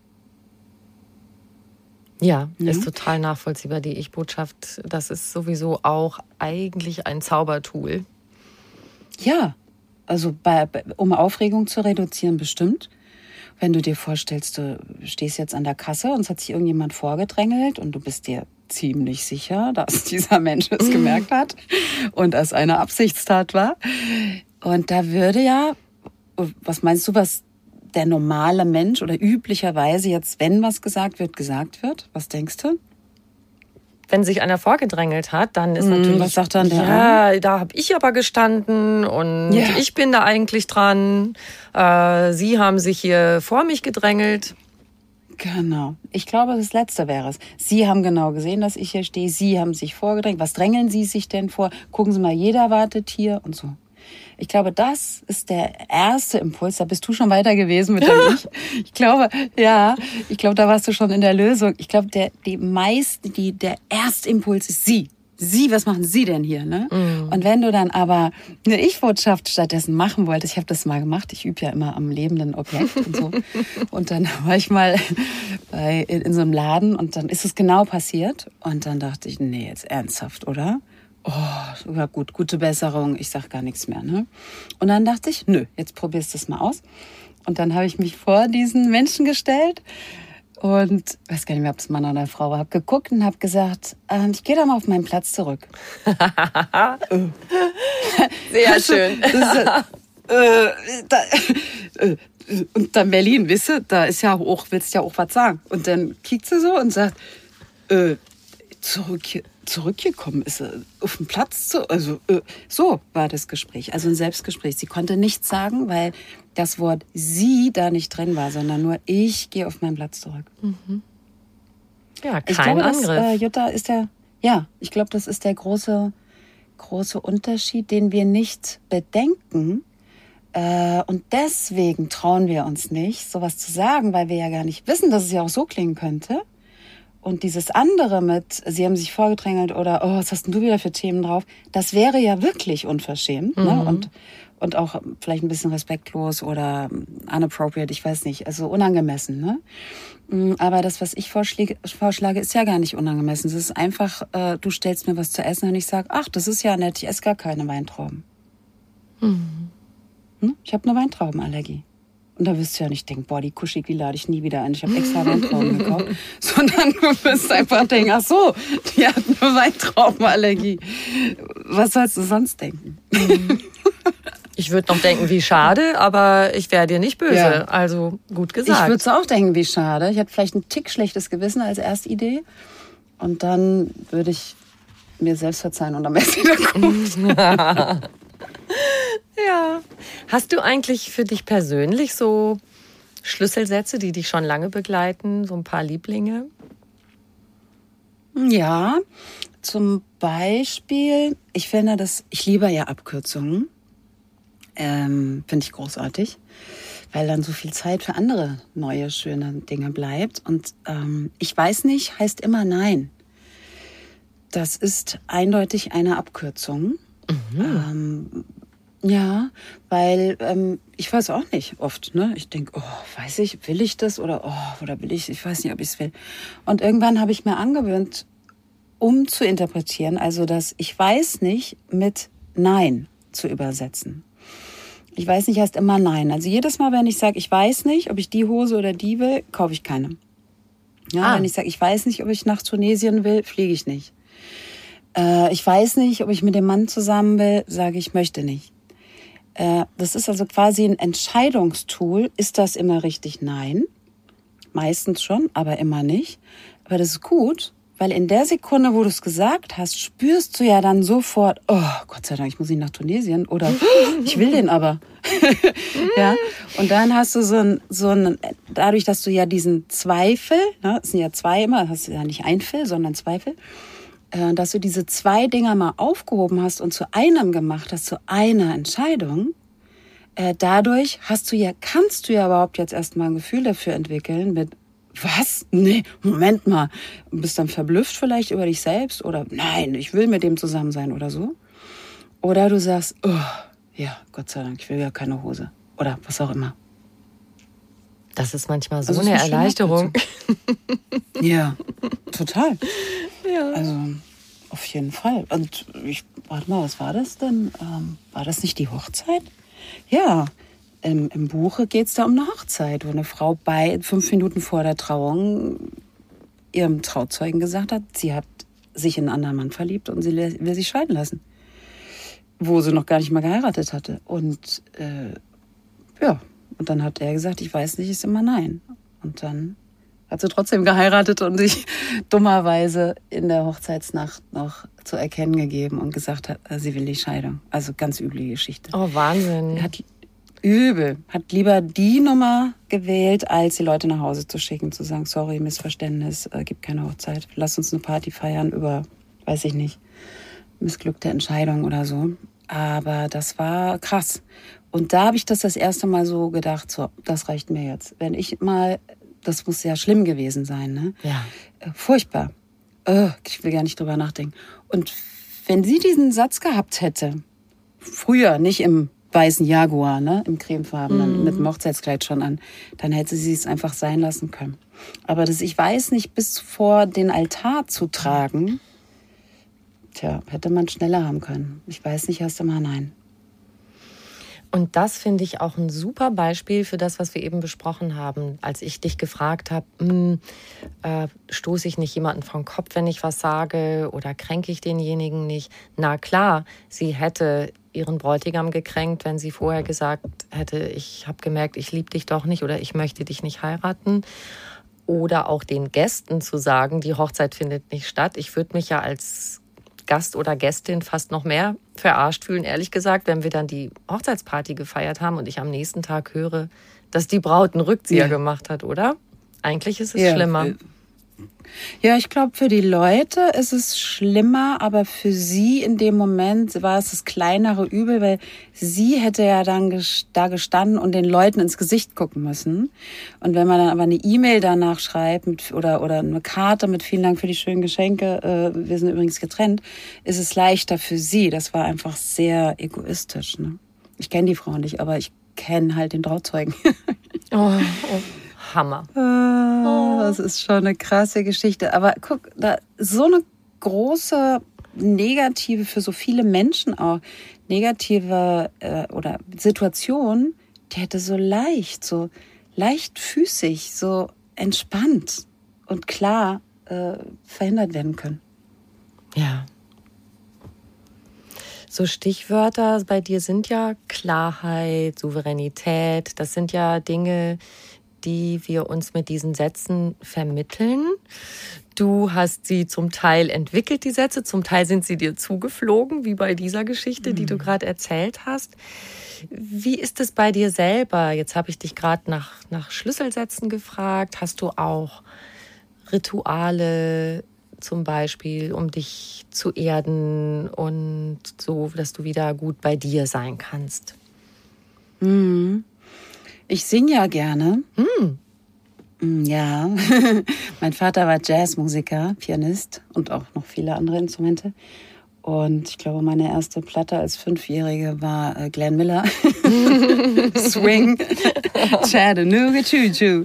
Ja, ist total nachvollziehbar, die Ich-Botschaft. Das ist sowieso auch eigentlich ein Zaubertool. Ja. Also um Aufregung zu reduzieren, bestimmt. Wenn du dir vorstellst, du stehst jetzt an der Kasse und es hat sich irgendjemand vorgedrängelt und du bist dir ziemlich sicher, dass dieser Mensch es gemerkt hat und es eine Absichtstat war. Und da würde ja, was meinst du, was der normale Mensch oder üblicherweise jetzt, wenn was gesagt wird? Was denkst du? Wenn sich einer vorgedrängelt hat, dann ist natürlich... Was sagt dann der? Ja, da habe ich aber gestanden und ich bin da eigentlich dran. Sie haben sich hier vor mich gedrängelt. Genau. Ich glaube, das Letzte wäre es. Sie haben genau gesehen, dass ich hier stehe. Sie haben sich vorgedrängt. Was drängeln Sie sich denn vor? Gucken Sie mal, jeder wartet hier und so. Ich glaube, das ist der erste Impuls. Da bist du schon weiter gewesen mit dem Ich glaube, da warst du schon in der Lösung. Ich glaube, der erste Impuls ist sie. Sie, was machen Sie denn hier? Ne? Und wenn du dann aber eine Ich-Botschaft stattdessen machen wolltest, ich habe das mal gemacht, ich übe ja immer am lebenden Objekt und so. Und dann war ich mal in so einem Laden und dann ist es genau passiert. Und dann dachte ich, nee, jetzt ernsthaft, oder? Oh, ja gut, gute Besserung, ich sag gar nichts mehr. Ne? Und dann dachte ich, nö, jetzt probierst du es mal aus. Und dann habe ich mich vor diesen Menschen gestellt und weiß gar nicht mehr, ob es Mann oder Frau war. Habe geguckt und habe gesagt, ich gehe da mal auf meinen Platz zurück. Sehr schön. Und dann Berlin, wisst ihr, da ist ja auch, willst ja auch was sagen. Und dann kickt sie so und sagt, zurückgekommen ist er auf den Platz. So war das Gespräch, also ein Selbstgespräch. Sie konnte nichts sagen, weil das Wort sie da nicht drin war, sondern nur ich gehe auf meinen Platz zurück. Mhm. Ja, ich kein glaube, Angriff. Jutta, ich glaube, das ist der große Unterschied, den wir nicht bedenken. Und deswegen trauen wir uns nicht, sowas zu sagen, weil wir ja gar nicht wissen, dass es ja auch so klingen könnte. Und dieses andere mit, sie haben sich vorgedrängelt oder, oh, was hast denn du wieder für Themen drauf? Das wäre ja wirklich unverschämt, ne? Und auch vielleicht ein bisschen respektlos oder unappropriate, ich weiß nicht, also unangemessen, ne? Aber das, was ich vorschlage, ist ja gar nicht unangemessen. Es ist einfach, du stellst mir was zu essen und ich sage, ach, das ist ja nett, ich esse gar keine Weintrauben. Ich habe eine Weintraubenallergie. Und da wirst du ja nicht denken, boah, die kuschig, die lade ich nie wieder ein. Ich habe extra Weintrauben gekauft. Sondern du wirst einfach denken, ach so, die hat eine Weintraubenallergie. Was sollst du sonst denken? Ich würde noch denken, wie schade, aber ich wäre dir nicht böse. Ja. Also gut gesagt. Ich würde auch denken, wie schade. Ich hätte vielleicht einen Tick schlechtes Gewissen als Erstidee. Und dann würde ich mir selbst verzeihen und am besten wieder gucken. Ja. Hast du eigentlich für dich persönlich so Schlüsselsätze, die dich schon lange begleiten, so ein paar Lieblinge? Ja, zum Beispiel, ich liebe ja Abkürzungen. Finde ich großartig, weil dann so viel Zeit für andere neue, schöne Dinge bleibt. Und ich weiß nicht, heißt immer nein. Das ist eindeutig eine Abkürzung. Ja, weil ich weiß auch nicht oft, ne? Ich denke, will ich das oder will ich weiß nicht, ob ich es will. Und irgendwann habe ich mir angewöhnt, zu interpretieren, also das ich weiß nicht mit Nein zu übersetzen. Ich weiß nicht heißt immer Nein. Also jedes Mal, wenn ich sage, ich weiß nicht, ob ich die Hose oder die will, kaufe ich keine. Ja, wenn ich sage, ich weiß nicht, ob ich nach Tunesien will, fliege ich nicht. Ich weiß nicht, ob ich mit dem Mann zusammen will, sage ich, möchte nicht. Das ist also quasi ein Entscheidungstool. Ist das immer richtig? Nein. Meistens schon, aber immer nicht. Aber das ist gut, weil in der Sekunde, wo du es gesagt hast, spürst du ja dann sofort, oh, Gott sei Dank, ich muss nicht nach Tunesien oder ich will den aber. Ja. Und dann hast du so ein, dadurch, dass du ja diesen Zweifel, ne, es sind ja zwei immer, hast du ja nicht Einfel, sondern Zweifel, dass du diese zwei Dinger mal aufgehoben hast und zu einem gemacht hast, zu einer Entscheidung, dadurch kannst du ja überhaupt jetzt erstmal ein Gefühl dafür entwickeln mit, was? Nee, Moment mal. Du bist dann verblüfft vielleicht über dich selbst oder nein, ich will mit dem zusammen sein oder so. Oder du sagst, oh, ja, Gott sei Dank, ich will ja keine Hose. Oder was auch immer. Das ist manchmal so Also eine Erleichterung. Ja, total. Ja. Also auf jeden Fall. Und warte mal, was war das denn? War das nicht die Hochzeit? Ja, im Buche geht es da um eine Hochzeit, wo eine Frau 5 Minuten vor der Trauung ihrem Trauzeugen gesagt hat, sie hat sich in einen anderen Mann verliebt und sie will sich scheiden lassen. Wo sie noch gar nicht mal geheiratet hatte. Und und dann hat er gesagt, ich weiß nicht, ist immer nein. Und dann hat sie trotzdem geheiratet und sich dummerweise in der Hochzeitsnacht noch zu erkennen gegeben und gesagt hat, sie will die Scheidung. Also ganz üble Geschichte. Oh, Wahnsinn. Hat lieber die Nummer gewählt, als die Leute nach Hause zu schicken, zu sagen, sorry, Missverständnis, gibt keine Hochzeit. Lass uns eine Party feiern über, weiß ich nicht, missglückte Entscheidung oder so. Aber das war krass. Und da habe ich das erste Mal so gedacht, so, das reicht mir jetzt. Wenn ich mal, das muss ja schlimm gewesen sein, ne? Ja. Furchtbar. Ich will gar nicht drüber nachdenken. Und wenn sie diesen Satz gehabt hätte, früher, nicht im weißen Jaguar, ne, im cremefarbenen, mit dem Hochzeitskleid schon an, dann hätte sie es einfach sein lassen können. Aber ich weiß nicht, bis vor den Altar zu tragen, hätte man schneller haben können. Ich weiß nicht, erst einmal nein. Und das finde ich auch ein super Beispiel für das, was wir eben besprochen haben. Als ich dich gefragt habe, stoße ich nicht jemanden vom Kopf, wenn ich was sage, oder kränke ich denjenigen nicht? Na klar, sie hätte ihren Bräutigam gekränkt, wenn sie vorher gesagt hätte, ich habe gemerkt, ich liebe dich doch nicht oder ich möchte dich nicht heiraten. Oder auch den Gästen zu sagen, die Hochzeit findet nicht statt. Ich würde mich ja als Gast oder Gästin fast noch mehr verarscht fühlen, ehrlich gesagt, wenn wir dann die Hochzeitsparty gefeiert haben und ich am nächsten Tag höre, dass die Braut einen Rückzieher gemacht hat, oder? Eigentlich ist es schlimmer. Ja, ich glaube, für die Leute ist es schlimmer, aber für sie in dem Moment war es das kleinere Übel, weil sie hätte ja dann da gestanden und den Leuten ins Gesicht gucken müssen. Und wenn man dann aber eine E-Mail danach schreibt oder eine Karte mit vielen Dank für die schönen Geschenke, wir sind übrigens getrennt, ist es leichter für sie. Das war einfach sehr egoistisch. Ne? Ich kenne die Frau nicht, aber ich kenne halt den Trauzeugen. Oh. Hammer. Das ist schon eine krasse Geschichte. Aber guck, da so eine große negative, für so viele Menschen auch, negative oder Situation, die hätte so leichtfüßig, so entspannt und klar verhindert werden können. Ja. So Stichwörter bei dir sind ja Klarheit, Souveränität. Das sind ja Dinge, die wir uns mit diesen Sätzen vermitteln. Du hast sie zum Teil entwickelt, die Sätze, zum Teil sind sie dir zugeflogen, wie bei dieser Geschichte, die du gerade erzählt hast. Wie ist es bei dir selber? Jetzt habe ich dich gerade nach Schlüsselsätzen gefragt. Hast du auch Rituale zum Beispiel, um dich zu erden und so, dass du wieder gut bei dir sein kannst? Ich singe ja gerne. Ja, mein Vater war Jazzmusiker, Pianist und auch noch viele andere Instrumente. Und ich glaube, meine erste Platte als 5-Jährige war Glenn Miller. Swing, Chattanooga Choo Choo.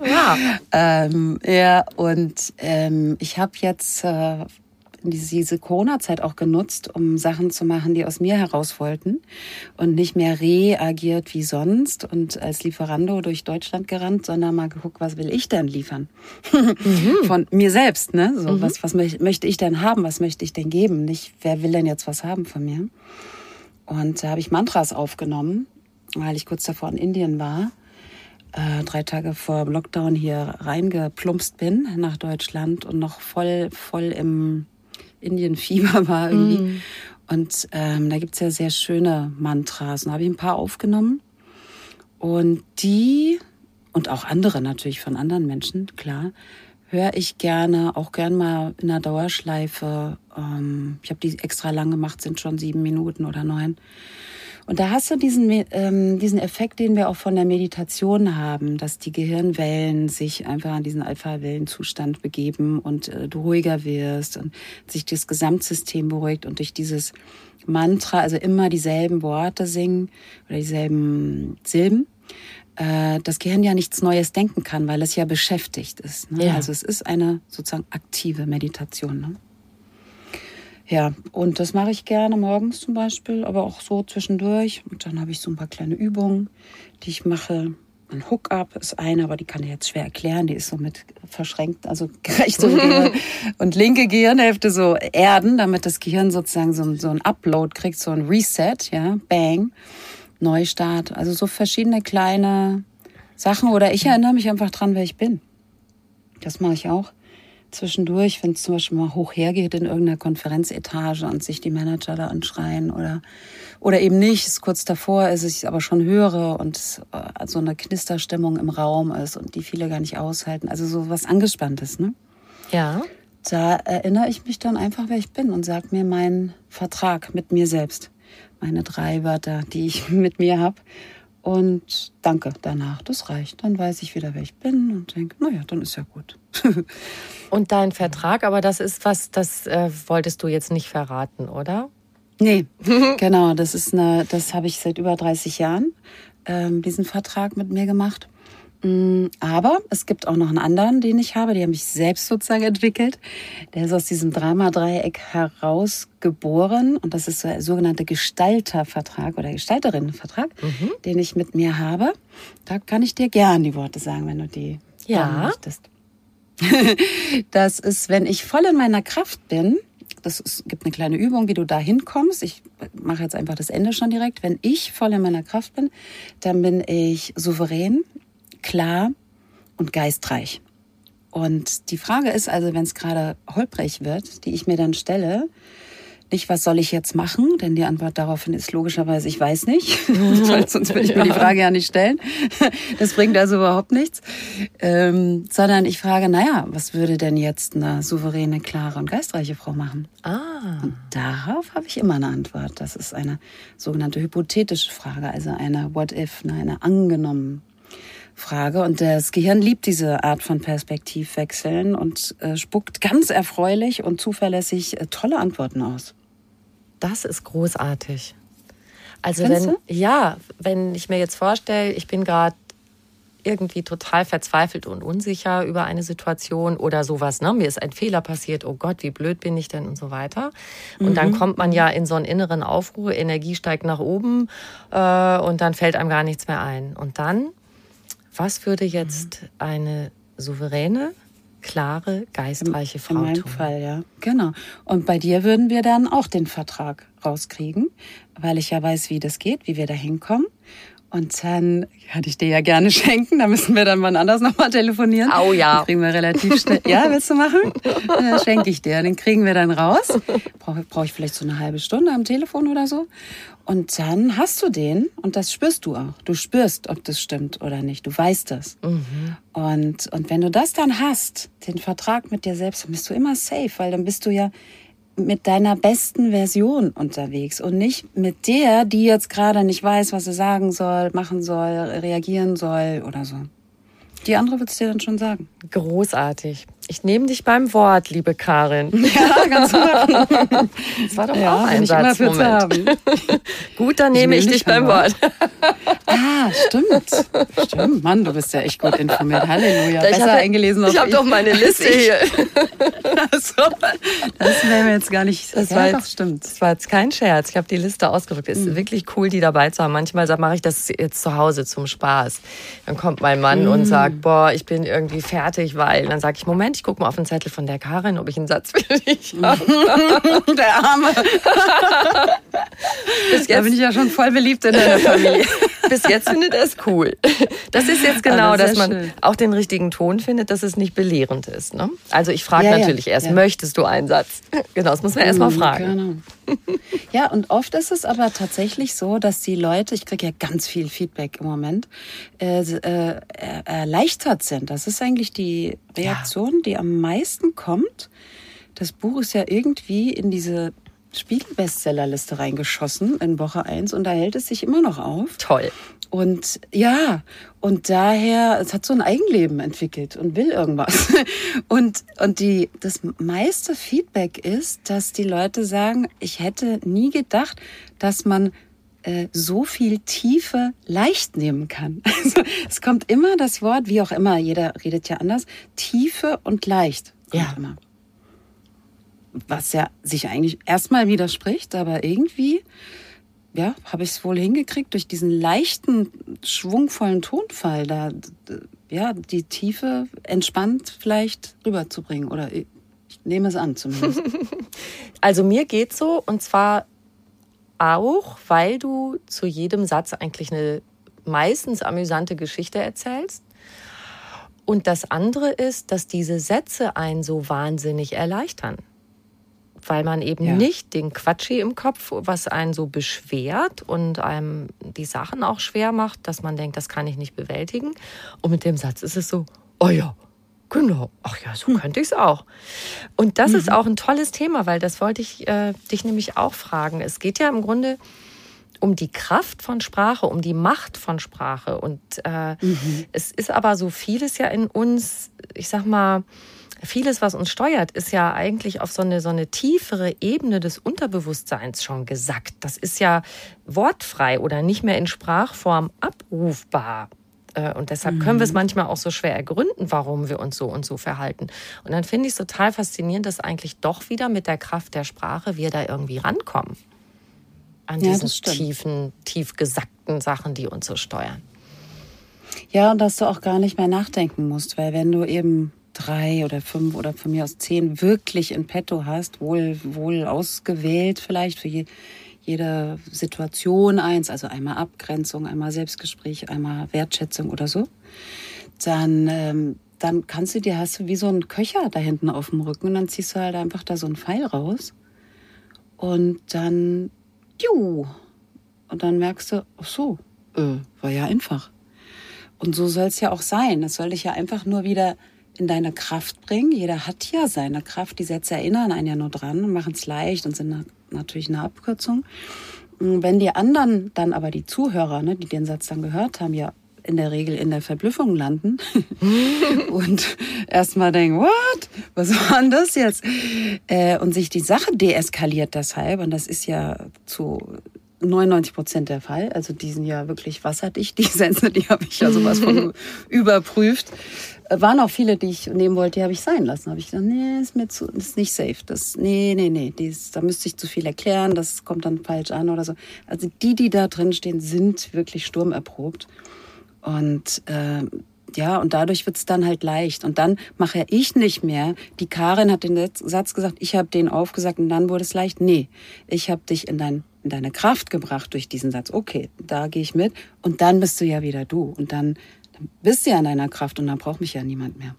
Ja, und ich habe jetzt diese Corona-Zeit auch genutzt, um Sachen zu machen, die aus mir heraus wollten und nicht mehr reagiert wie sonst und als Lieferando durch Deutschland gerannt, sondern mal geguckt, was will ich denn liefern? Von mir selbst, ne? So, was möchte ich denn haben? Was möchte ich denn geben? Nicht, wer will denn jetzt was haben von mir? Und da habe ich Mantras aufgenommen, weil ich kurz davor in Indien war. 3 Tage vor Lockdown hier reingeplumpst bin nach Deutschland und noch voll im Indienfieber war irgendwie. Und da gibt's ja sehr schöne Mantras. Und da habe ich ein paar aufgenommen. Und die, und auch andere natürlich von anderen Menschen, klar, höre ich gerne, auch gern mal in einer Dauerschleife. Ich habe die extra lang gemacht, sind schon 7 Minuten oder 9. Und da hast du diesen Effekt, den wir auch von der Meditation haben, dass die Gehirnwellen sich einfach an diesen Alpha-Wellenzustand begeben und du ruhiger wirst und sich das Gesamtsystem beruhigt und durch dieses Mantra, also immer dieselben Worte singen oder dieselben Silben, das Gehirn ja nichts Neues denken kann, weil es ja beschäftigt ist. Ne? Ja. Also es ist eine sozusagen aktive Meditation. Ne? Ja, und das mache ich gerne morgens zum Beispiel, aber auch so zwischendurch. Und dann habe ich so ein paar kleine Übungen, die ich mache. Ein Hook-Up ist eine, aber die kann ich jetzt schwer erklären. Die ist so mit verschränkt, also rechte und linke Gehirnhälfte so erden, damit das Gehirn sozusagen so ein Upload kriegt, so ein Reset, ja, Bang, Neustart. Also so verschiedene kleine Sachen. Oder ich erinnere mich einfach dran, wer ich bin. Das mache ich auch. Zwischendurch, wenn es zum Beispiel mal hoch hergeht in irgendeiner Konferenzetage und sich die Manager da anschreien oder eben nicht, es kurz davor ist, ich aber schon höre und so eine Knisterstimmung im Raum ist und die viele gar nicht aushalten. Also so was Angespanntes, ne? Ja. Da erinnere ich mich dann einfach, wer ich bin und sage mir meinen Vertrag mit mir selbst. meine 3 Wörter, die ich mit mir habe. Und danke danach, das reicht. Dann weiß ich wieder, wer ich bin und denke, naja, dann ist ja gut. Und dein Vertrag, aber das ist was, das wolltest du jetzt nicht verraten, oder? Nee, genau, das habe ich seit über 30 Jahren, diesen Vertrag mit mir gemacht. Aber es gibt auch noch einen anderen, den ich habe, den habe ich selbst sozusagen entwickelt. Der ist aus diesem Dramadreieck herausgeboren und das ist der sogenannte Gestaltervertrag oder Gestalterinnenvertrag, den ich mit mir habe. Da kann ich dir gern die Worte sagen, wenn du die haben möchtest. Das ist, wenn ich voll in meiner Kraft bin, gibt eine kleine Übung, wie du da hinkommst. Ich mache jetzt einfach das Ende schon direkt. Wenn ich voll in meiner Kraft bin, dann bin ich souverän, klar und geistreich. Und die Frage ist also, wenn es gerade holprig wird, die ich mir dann stelle, nicht, was soll ich jetzt machen? Denn die Antwort daraufhin ist logischerweise, ich weiß nicht. Weil sonst würde ich mir die Frage ja nicht stellen. Das bringt also überhaupt nichts. Sondern ich frage, naja, was würde denn jetzt eine souveräne, klare und geistreiche Frau machen? Und darauf habe ich immer eine Antwort. Das ist eine sogenannte hypothetische Frage, also eine What-if, eine angenommen Frage. Und das Gehirn liebt diese Art von Perspektivwechseln und spuckt ganz erfreulich und zuverlässig tolle Antworten aus. Das ist großartig. Also wenn ich mir jetzt vorstelle, ich bin gerade irgendwie total verzweifelt und unsicher über eine Situation oder sowas, ne? Mir ist ein Fehler passiert, oh Gott, wie blöd bin ich denn und so weiter. Und dann kommt man ja in so einen inneren Aufruhr, Energie steigt nach oben und dann fällt einem gar nichts mehr ein. Und dann, was würde jetzt eine souveräne, klare, geistreiche Frau tun? In meinem Fall, ja. Genau. Und bei dir würden wir dann auch den Vertrag rauskriegen, weil ich ja weiß, wie das geht, wie wir da hinkommen. Und dann kann ich dir ja gerne schenken. Da müssen wir dann wann anders nochmal telefonieren. Oh ja. Den kriegen wir relativ schnell. Ja, willst du machen? Ja, schenke ich dir. Den kriegen wir dann raus. Brauche ich vielleicht so eine halbe Stunde am Telefon oder so. Und dann hast du den und das spürst du auch. Du spürst, ob das stimmt oder nicht. Du weißt das. Und wenn du das dann hast, den Vertrag mit dir selbst, dann bist du immer safe, weil dann bist du ja mit deiner besten Version unterwegs und nicht mit der, die jetzt gerade nicht weiß, was sie sagen soll, machen soll, reagieren soll oder so. Die andere wird es dir dann schon sagen. Großartig. Ich nehme dich beim Wort, liebe Karin. Ja, ganz gut. Das war doch auch ein Satzmoment. Gut, dann nehme ich dich beim Wort. Stimmt. Stimmt. Mann, du bist ja echt gut informiert. Halleluja. Besser eingelesen als ich. Ich habe doch meine Liste hier. Das wäre mir jetzt gar nicht... Stimmt. Das war jetzt kein Scherz. Ich habe die Liste ausgedrückt. Es ist wirklich cool, die dabei zu haben. Manchmal mache ich das jetzt zu Hause zum Spaß. Dann kommt mein Mann und sagt, boah, ich bin irgendwie fertig, weil... Dann sage ich, Moment, ich gucke mal auf den Zettel von der Karin, ob ich einen Satz für dich habe. Der Arme. Da bin ich ja schon voll beliebt in deiner Familie. Bis jetzt findet er es cool. Das ist jetzt genau, dass man auch den richtigen Ton findet, dass es nicht belehrend ist. Ne? Also ich frage natürlich erst, möchtest du einen Satz? Genau, das muss man erst mal fragen. Genau. Ja, und oft ist es aber tatsächlich so, dass die Leute, ich kriege ja ganz viel Feedback im Moment, erleichtert sind. Das ist eigentlich die Reaktion, die am meisten kommt. Das Buch ist ja irgendwie in diese Spiegel-Bestsellerliste reingeschossen in Woche 1 und da hält es sich immer noch auf. Toll. Und ja, und daher, es hat so ein Eigenleben entwickelt und will irgendwas. Und das meiste Feedback ist, dass die Leute sagen, ich hätte nie gedacht, dass man so viel Tiefe leicht nehmen kann. Also es kommt immer das Wort, wie auch immer, jeder redet ja anders, Tiefe und leicht kommt immer. Was ja sich eigentlich erstmal widerspricht, aber irgendwie habe ich es wohl hingekriegt, durch diesen leichten, schwungvollen Tonfall da die Tiefe entspannt vielleicht rüberzubringen. Oder ich nehme es an zumindest. Also mir geht's so, und zwar auch, weil du zu jedem Satz eigentlich eine meistens amüsante Geschichte erzählst. Und das andere ist, dass diese Sätze einen so wahnsinnig erleichtern. Weil man eben nicht den Quatschi im Kopf, was einen so beschwert und einem die Sachen auch schwer macht, dass man denkt, das kann ich nicht bewältigen. Und mit dem Satz ist es so, oh ja, genau, ach ja, so könnte ich es auch. Und das ist auch ein tolles Thema, weil das wollte ich dich nämlich auch fragen. Es geht ja im Grunde um die Kraft von Sprache, um die Macht von Sprache. Und es ist aber so vieles ja in uns, ich sag mal, vieles, was uns steuert, ist ja eigentlich auf so eine tiefere Ebene des Unterbewusstseins schon gesackt. Das ist ja wortfrei oder nicht mehr in Sprachform abrufbar. Und deshalb können wir es manchmal auch so schwer ergründen, warum wir uns so und so verhalten. Und dann finde ich es total faszinierend, dass eigentlich doch wieder mit der Kraft der Sprache wir da irgendwie rankommen. An diesen tief gesackten Sachen, die uns so steuern. Ja, und dass du auch gar nicht mehr nachdenken musst, weil wenn du eben 3 oder 5 oder von mir aus 10 wirklich in petto hast, wohl ausgewählt vielleicht für jede Situation eins, also einmal Abgrenzung, einmal Selbstgespräch, einmal Wertschätzung oder so, dann hast du wie so einen Köcher da hinten auf dem Rücken und dann ziehst du halt einfach da so einen Pfeil raus und dann, und dann merkst du, ach so, war ja einfach. Und so soll es ja auch sein. Das soll dich ja einfach nur wieder in deine Kraft bringen. Jeder hat ja seine Kraft. Die Sätze erinnern einen ja nur dran und machen es leicht und sind natürlich eine Abkürzung. Wenn die anderen dann aber, die Zuhörer, ne, die den Satz dann gehört haben, ja in der Regel in der Verblüffung landen und erstmal denken, was war denn das jetzt? Und sich die Sache deeskaliert deshalb, und das ist ja zu 99% der Fall. Also die sind ja wirklich wasserdicht, die Sätze, die habe ich ja sowas von überprüft. Waren auch viele, die ich nehmen wollte, die habe ich sein lassen. Habe ich gesagt, nee, ist nicht safe. Da müsste ich zu viel erklären, das kommt dann falsch an oder so. Also die da drin stehen, sind wirklich sturmerprobt. Und und dadurch wird's dann halt leicht. Und dann mache ich nicht mehr. Die Karin hat den Satz gesagt, ich habe den aufgesagt und dann wurde es leicht. Nee, ich habe dich in deine Kraft gebracht durch diesen Satz. Okay, da gehe ich mit. Und dann bist du ja wieder du. Und dann bist du ja in deiner Kraft und dann braucht mich ja niemand mehr.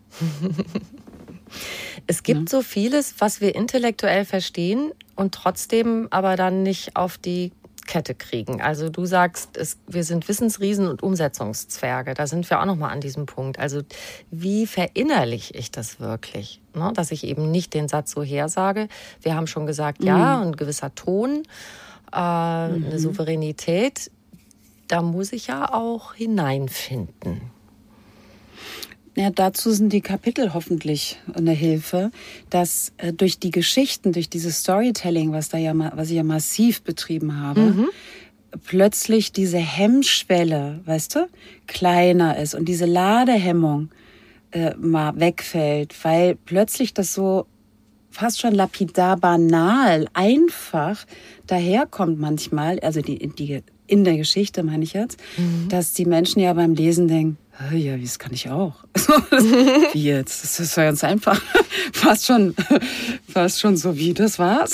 Es gibt so vieles, was wir intellektuell verstehen und trotzdem aber dann nicht auf die Kette kriegen. Also du sagst, wir sind Wissensriesen und Umsetzungszwerge. Da sind wir auch nochmal an diesem Punkt. Also wie verinnerliche ich das wirklich? Ne? Dass ich eben nicht den Satz so hersage. Wir haben schon gesagt, ja, ein gewisser Ton, eine Souveränität. Da muss ich ja auch hineinfinden. Ja, dazu sind die Kapitel hoffentlich eine Hilfe, dass durch die Geschichten, durch dieses Storytelling, was ich ja massiv betrieben habe, plötzlich diese Hemmschwelle, weißt du, kleiner ist und diese Ladehemmung mal wegfällt, weil plötzlich das so fast schon lapidar banal, einfach daherkommt manchmal, also in der Geschichte meine ich jetzt, dass die Menschen ja beim Lesen denken, ja, das kann ich auch. Wie jetzt? Das ist ja ganz einfach. Fast schon so wie, das war's.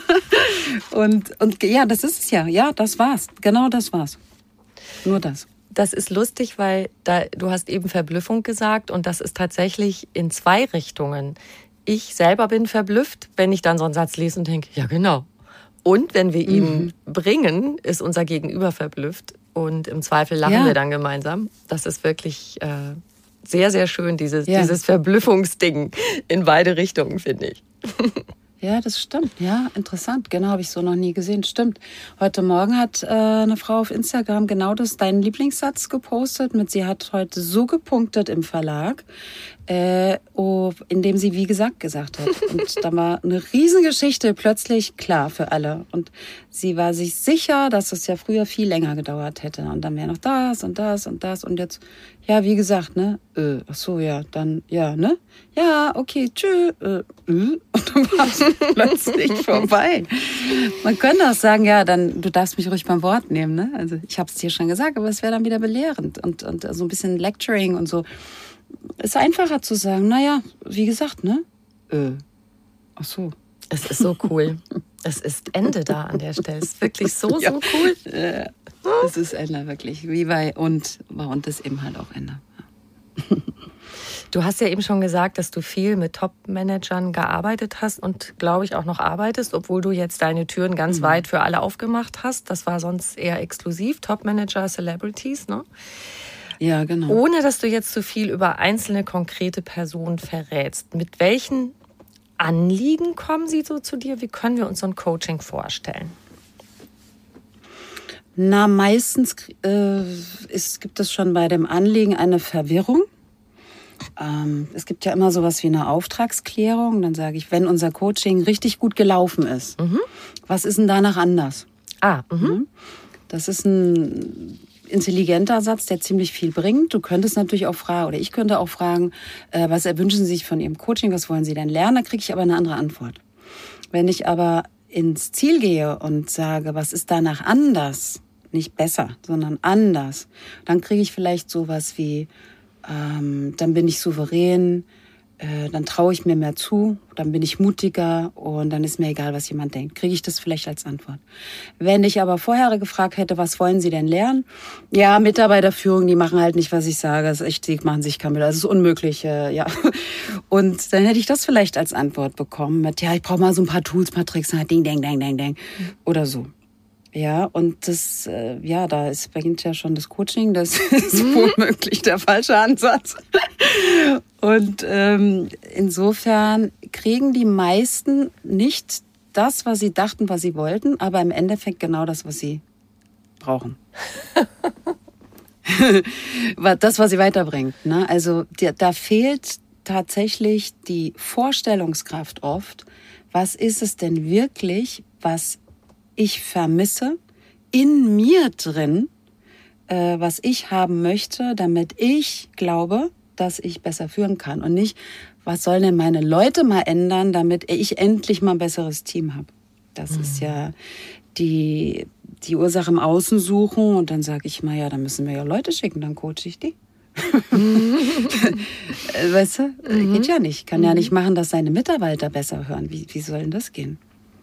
Und ja, das ist es ja. Ja, das war's. Genau das war's. Nur das. Das ist lustig, weil du hast eben Verblüffung gesagt und das ist tatsächlich in 2 Richtungen. Ich selber bin verblüfft, wenn ich dann so einen Satz lese und denke, ja genau. Und wenn wir ihn bringen, ist unser Gegenüber verblüfft. Und im Zweifel lachen wir dann gemeinsam. Das ist wirklich sehr, sehr schön, dieses Verblüffungsding in beide Richtungen, finde ich. Ja, das stimmt. Ja, interessant. Genau, habe ich so noch nie gesehen. Stimmt. Heute Morgen hat eine Frau auf Instagram genau deinen Lieblingssatz gepostet. Sie hat heute so gepunktet im Verlag, indem sie wie gesagt hat. Und da war eine Riesengeschichte plötzlich klar für alle. Und sie war sich sicher, dass es ja früher viel länger gedauert hätte. Und dann wäre noch das und das und das. Und jetzt, ja, wie gesagt, ne? Ach so, ja, dann, ja, ne? Ja, okay, tschüss. Und dann war es plötzlich vorbei. Man könnte auch sagen, ja, dann, du darfst mich ruhig beim Wort nehmen, ne? Also ich habe es dir schon gesagt, aber es wäre dann wieder belehrend und so ein bisschen Lecturing und so. Ist einfacher zu sagen, naja, wie gesagt, ne? Ach so. Es ist so cool. Es ist Ende da an der Stelle. Es ist wirklich so cool. Es ist Ende, wirklich. Wie bei und ist eben halt auch Ende. Du hast ja eben schon gesagt, dass du viel mit Top-Managern gearbeitet hast und, glaube ich, auch noch arbeitest, obwohl du jetzt deine Türen ganz weit für alle aufgemacht hast. Das war sonst eher exklusiv, Top-Manager, Celebrities, ne? Ja, genau. Ohne, dass du jetzt zu viel über einzelne konkrete Personen verrätst. Mit welchen Anliegen kommen sie so zu dir? Wie können wir uns so ein Coaching vorstellen? Na, meistens gibt es schon bei dem Anliegen eine Verwirrung. Es gibt ja immer sowas wie eine Auftragsklärung. Dann sage ich, wenn unser Coaching richtig gut gelaufen ist, was ist denn danach anders? Das ist ein intelligenter Satz, der ziemlich viel bringt. Du könntest natürlich auch fragen, oder ich könnte auch fragen, was wünschen Sie sich von Ihrem Coaching, was wollen Sie denn lernen? Da kriege ich aber eine andere Antwort. Wenn ich aber ins Ziel gehe und sage, was ist danach anders? Nicht besser, sondern anders. Dann kriege ich vielleicht sowas wie, dann bin ich souverän, dann traue ich mir mehr zu, dann bin ich mutiger und dann ist mir egal, was jemand denkt. Kriege ich das vielleicht als Antwort. Wenn ich aber vorher gefragt hätte, was wollen Sie denn lernen? Ja, Mitarbeiterführung, die machen halt nicht, was ich sage. Das ist echt, die machen sich Kamille. Das ist unmöglich, ja. Und dann hätte ich das vielleicht als Antwort bekommen mit, ja, ich brauche mal so ein paar Tools, ein paar Tricks, ding, dang, dang, dang, dang. Oder so. Ja, und das, da beginnt ja schon das Coaching, das ist womöglich der falsche Ansatz. Und insofern kriegen die meisten nicht das, was sie dachten, was sie wollten, aber im Endeffekt genau das, was sie brauchen. Das, was sie weiterbringt. Ne? Also da fehlt tatsächlich die Vorstellungskraft oft. Was ist es denn wirklich, was ich vermisse in mir drin, was ich haben möchte, damit ich glaube, dass ich besser führen kann. Und nicht, was sollen denn meine Leute mal ändern, damit ich endlich mal ein besseres Team habe. Das ist ja die Ursache im Außen suchen. Und dann sage ich mal, ja, dann müssen wir ja Leute schicken, dann coache ich die. Weißt du, geht ja nicht. Kann ja nicht machen, dass seine Mitarbeiter besser hören. Wie soll denn das gehen?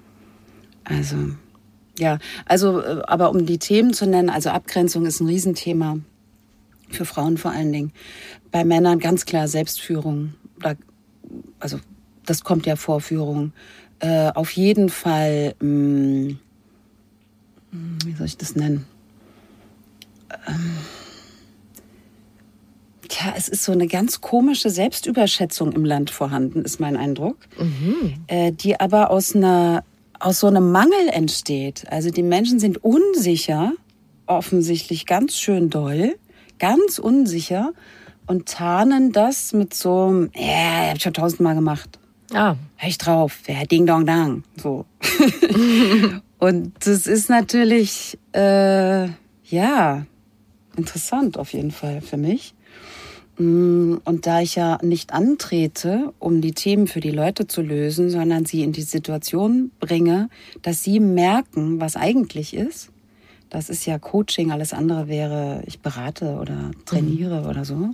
Aber um die Themen zu nennen, also Abgrenzung ist ein Riesenthema für Frauen vor allen Dingen. Bei Männern ganz klar Selbstführung. Das kommt ja vor, Führung. Auf jeden Fall, wie soll ich das nennen? Es ist so eine ganz komische Selbstüberschätzung im Land vorhanden, ist mein Eindruck. Die aber aus so einem Mangel entsteht. Also die Menschen sind unsicher, offensichtlich ganz schön doll, ganz unsicher und tarnen das mit so einem, hab ich schon 1000-mal gemacht. Hör ich drauf, ding dong dang. So. Und das ist natürlich, interessant auf jeden Fall für mich. Und da ich ja nicht antrete, um die Themen für die Leute zu lösen, sondern sie in die Situation bringe, dass sie merken, was eigentlich ist. Das ist ja Coaching, alles andere wäre, ich berate oder trainiere oder so.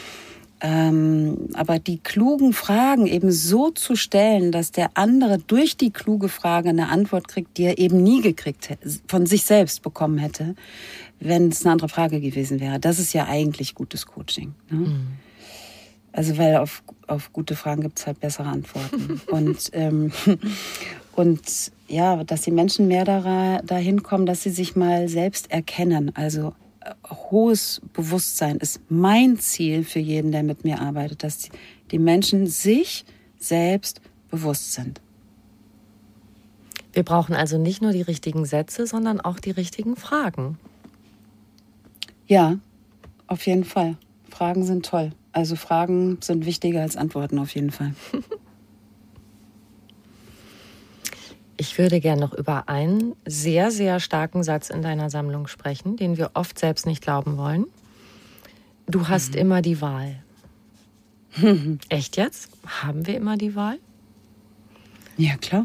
Aber die klugen Fragen eben so zu stellen, dass der andere durch die kluge Frage eine Antwort kriegt, die er eben nie gekriegt hätte, von sich selbst bekommen hätte, wenn es eine andere Frage gewesen wäre. Das ist ja eigentlich gutes Coaching. Ne? Also weil auf gute Fragen gibt es halt bessere Antworten. Und dass die Menschen mehr dahin kommen, dass sie sich mal selbst erkennen. Also hohes Bewusstsein ist mein Ziel für jeden, der mit mir arbeitet, dass die Menschen sich selbst bewusst sind. Wir brauchen also nicht nur die richtigen Sätze, sondern auch die richtigen Fragen. Ja, auf jeden Fall. Fragen sind toll. Also Fragen sind wichtiger als Antworten auf jeden Fall. Ich würde gerne noch über einen sehr, sehr starken Satz in deiner Sammlung sprechen, den wir oft selbst nicht glauben wollen. Du hast immer die Wahl. Echt jetzt? Haben wir immer die Wahl? Ja, klar.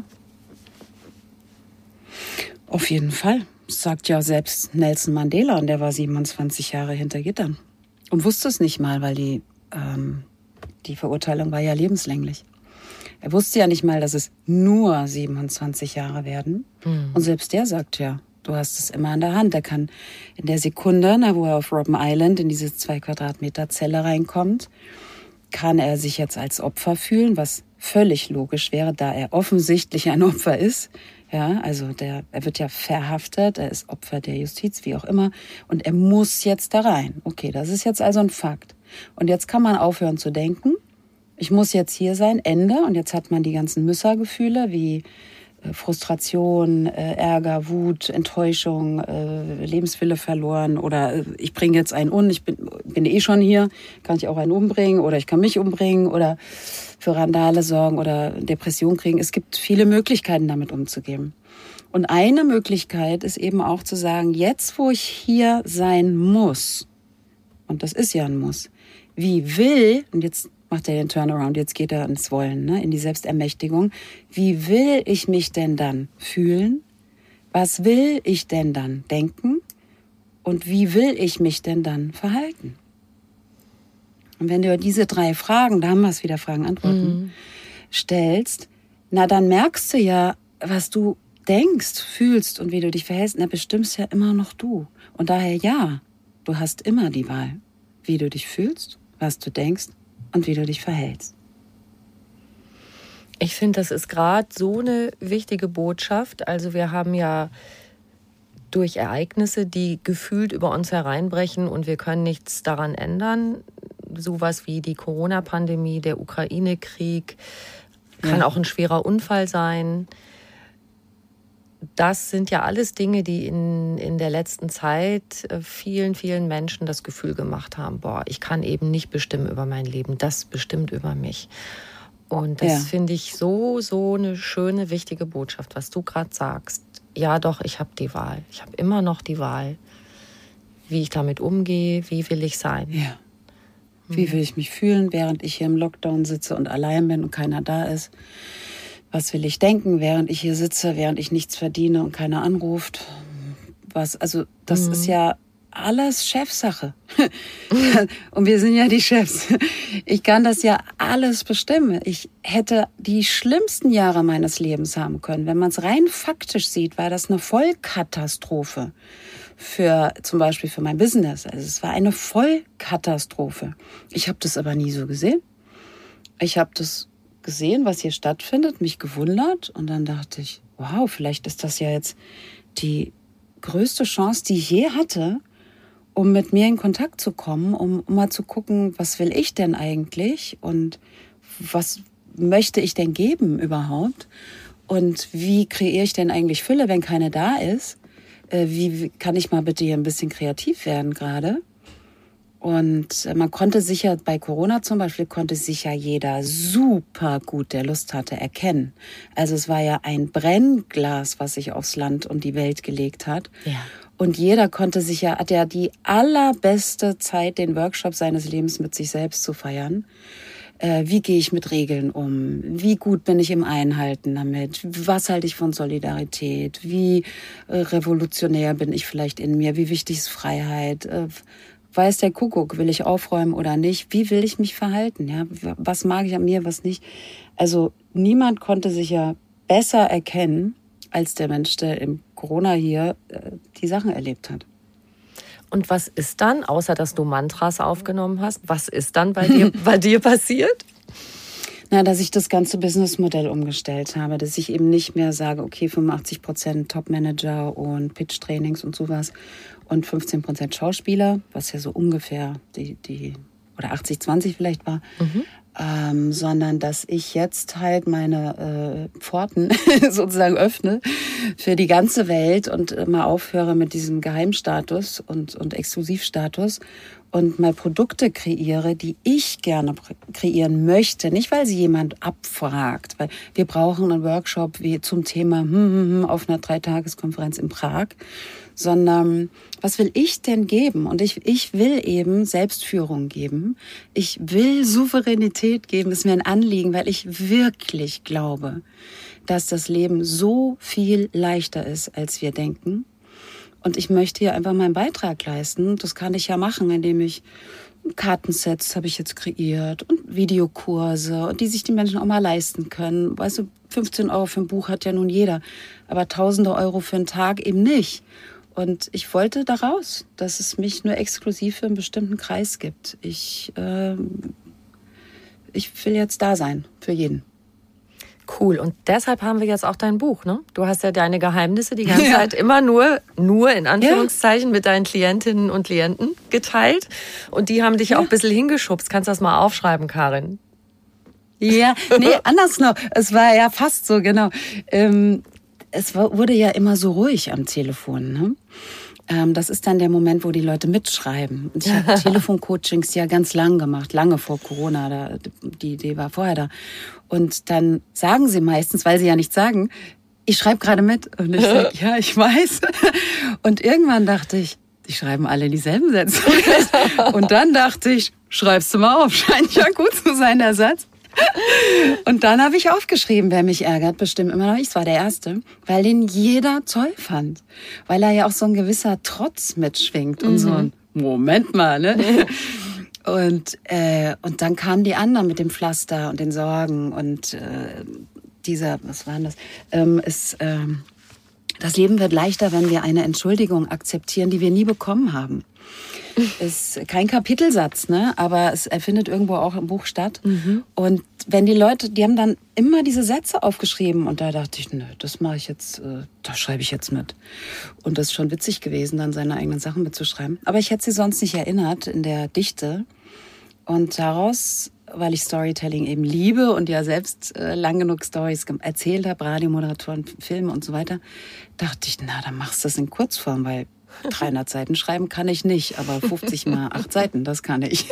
Auf jeden Fall. Das sagt ja selbst Nelson Mandela, und der war 27 Jahre hinter Gittern. Und wusste es nicht mal, weil die Verurteilung war ja lebenslänglich. Er wusste ja nicht mal, dass es nur 27 Jahre werden. Und selbst der sagt ja, du hast es immer in der Hand. Er kann in der Sekunde, wo er auf Robben Island in diese 2 Quadratmeter Zelle reinkommt, kann er sich jetzt als Opfer fühlen, was völlig logisch wäre, da er offensichtlich ein Opfer ist. Ja, also er wird ja verhaftet, er ist Opfer der Justiz, wie auch immer. Und er muss jetzt da rein. Okay, das ist jetzt also ein Fakt. Und jetzt kann man aufhören zu denken, ich muss jetzt hier sein, Ende. Und jetzt hat man die ganzen Müssergefühle wie Frustration, Ärger, Wut, Enttäuschung, Lebenswille verloren oder ich bringe jetzt einen um, ich bin eh schon hier, kann ich auch einen umbringen oder ich kann mich umbringen oder für Randale sorgen oder Depression kriegen. Es gibt viele Möglichkeiten, damit umzugehen. Und eine Möglichkeit ist eben auch zu sagen, jetzt wo ich hier sein muss, und das ist ja ein Muss, und jetzt macht er den Turnaround, jetzt geht er ins Wollen, ne, in die Selbstermächtigung. Wie will ich mich denn dann fühlen? Was will ich denn dann denken? Und wie will ich mich denn dann verhalten? Und wenn du diese 3 Fragen, da haben wir es wieder, Fragen, Antworten, stellst, na dann merkst du ja, was du denkst, fühlst und wie du dich verhältst, bestimmst ja immer noch du. Und daher ja, du hast immer die Wahl, wie du dich fühlst, was du denkst und wie du dich verhältst. Ich finde, das ist gerade so eine wichtige Botschaft. Also wir haben ja durch Ereignisse, die gefühlt über uns hereinbrechen und wir können nichts daran ändern, sowas wie die Corona-Pandemie, der Ukraine-Krieg, kann auch ein schwerer Unfall sein. Das sind ja alles Dinge, die in der letzten Zeit vielen, vielen Menschen das Gefühl gemacht haben, ich kann eben nicht bestimmen über mein Leben, das bestimmt über mich. Und das finde ich so eine schöne, wichtige Botschaft, was du gerade sagst. Ja doch, ich habe die Wahl. Ich habe immer noch die Wahl, wie ich damit umgehe, wie will ich sein. Ja. Wie will ich mich fühlen, während ich hier im Lockdown sitze und allein bin und keiner da ist? Was will ich denken, während ich hier sitze, während ich nichts verdiene und keiner anruft? Das ist ja alles Chefsache. Und wir sind ja die Chefs. Ich kann das ja alles bestimmen. Ich hätte die schlimmsten Jahre meines Lebens haben können. Wenn man es rein faktisch sieht, war das eine Vollkatastrophe. Zum Beispiel für mein Business. Also es war eine Vollkatastrophe. Ich habe das aber nie so gesehen. Ich habe das gesehen, was hier stattfindet, mich gewundert und dann dachte ich, wow, vielleicht ist das ja jetzt die größte Chance, die ich je hatte, um mit mir in Kontakt zu kommen, um mal zu gucken, was will ich denn eigentlich und was möchte ich denn geben überhaupt und wie kreiere ich denn eigentlich Fülle, wenn keine da ist? Wie kann ich mal bitte hier ein bisschen kreativ werden gerade? Und man konnte sicher, bei Corona zum Beispiel, konnte sicher jeder super gut, der Lust hatte, erkennen. Also es war ja ein Brennglas, was sich aufs Land und die Welt gelegt hat. Ja. Und jeder hat ja die allerbeste Zeit, den Workshop seines Lebens mit sich selbst zu feiern. Wie gehe ich mit Regeln um? Wie gut bin ich im Einhalten damit? Was halte ich von Solidarität? Wie revolutionär bin ich vielleicht in mir? Wie wichtig ist Freiheit? Weiß der Kuckuck, will ich aufräumen oder nicht? Wie will ich mich verhalten? Ja, was mag ich an mir, was nicht? Also niemand konnte sich ja besser erkennen als der Mensch, der im Corona hier die Sachen erlebt hat. Und was ist dann, außer dass du Mantras aufgenommen hast, was ist dann bei dir passiert? Na, dass ich das ganze Businessmodell umgestellt habe, dass ich eben nicht mehr sage, okay, 85% Topmanager und Pitch-Trainings und sowas und 15% Schauspieler, was ja so ungefähr oder 80-20 vielleicht war, sondern dass ich jetzt halt meine Pforten sozusagen öffne für die ganze Welt und mal aufhöre mit diesem Geheimstatus und Exklusivstatus und mal Produkte kreiere, die ich gerne kreieren möchte. Nicht, weil sie jemand abfragt, weil wir brauchen einen Workshop wie zum Thema auf einer 3-Tages-Konferenz in Prag, sondern was will ich denn geben? Und ich will eben Selbstführung geben. Ich will Souveränität geben. Das ist mir ein Anliegen, weil ich wirklich glaube, dass das Leben so viel leichter ist, als wir denken. Und ich möchte hier einfach meinen Beitrag leisten. Das kann ich ja machen, indem ich Kartensets habe ich jetzt kreiert und Videokurse, und die sich die Menschen auch mal leisten können. Weißt du, 15 € für ein Buch hat ja nun jeder, aber Tausende Euro für einen Tag eben nicht. Und ich wollte da raus, dass es mich nur exklusiv für einen bestimmten Kreis gibt. Ich will jetzt da sein, für jeden. Cool. Und deshalb haben wir jetzt auch dein Buch, ne? Du hast ja deine Geheimnisse die ganze Zeit immer nur in Anführungszeichen mit deinen Klientinnen und Klienten geteilt. Und die haben dich auch ein bisschen hingeschubst. Kannst du das mal aufschreiben, Karin? Ja, nee, anders noch. Es war ja fast so, genau. Wurde ja immer so ruhig am Telefon, ne? Das ist dann der Moment, wo die Leute mitschreiben. Und ich habe Telefoncoachings ja ganz lang gemacht, lange vor Corona. Die Idee war vorher da. Und dann sagen sie meistens, weil sie ja nichts sagen, ich schreibe gerade mit. Und ich sage, ja, ich weiß. Und irgendwann dachte ich, die schreiben alle dieselben Sätze. Und dann dachte ich, schreibst du mal auf. Scheint ja gut zu sein, der Satz. Und dann habe ich aufgeschrieben, wer mich ärgert, bestimmt immer noch ich. Es war der Erste, weil den jeder toll fand. Weil er ja auch so ein gewisser Trotz mitschwingt und so ein Moment mal, ne? Und dann kamen die anderen mit dem Pflaster und den Sorgen und was war das? Das Leben wird leichter, wenn wir eine Entschuldigung akzeptieren, die wir nie bekommen haben. Ist kein Kapitelsatz, ne? Aber es findet irgendwo auch im Buch statt. Und wenn die Leute, die haben dann immer diese Sätze aufgeschrieben und da dachte ich, nö, das mache ich jetzt, das schreibe ich jetzt mit. Und das ist schon witzig gewesen, dann seine eigenen Sachen mitzuschreiben. Aber ich hätte sie sonst nicht erinnert in der Dichte. Und daraus, weil ich Storytelling eben liebe und ja selbst lang genug Storys erzählt habe, Radiomoderatoren, Filme und so weiter, dachte ich, na, dann machst du das in Kurzform, weil 300 Seiten schreiben kann ich nicht, aber 50 mal 8 Seiten, das kann ich.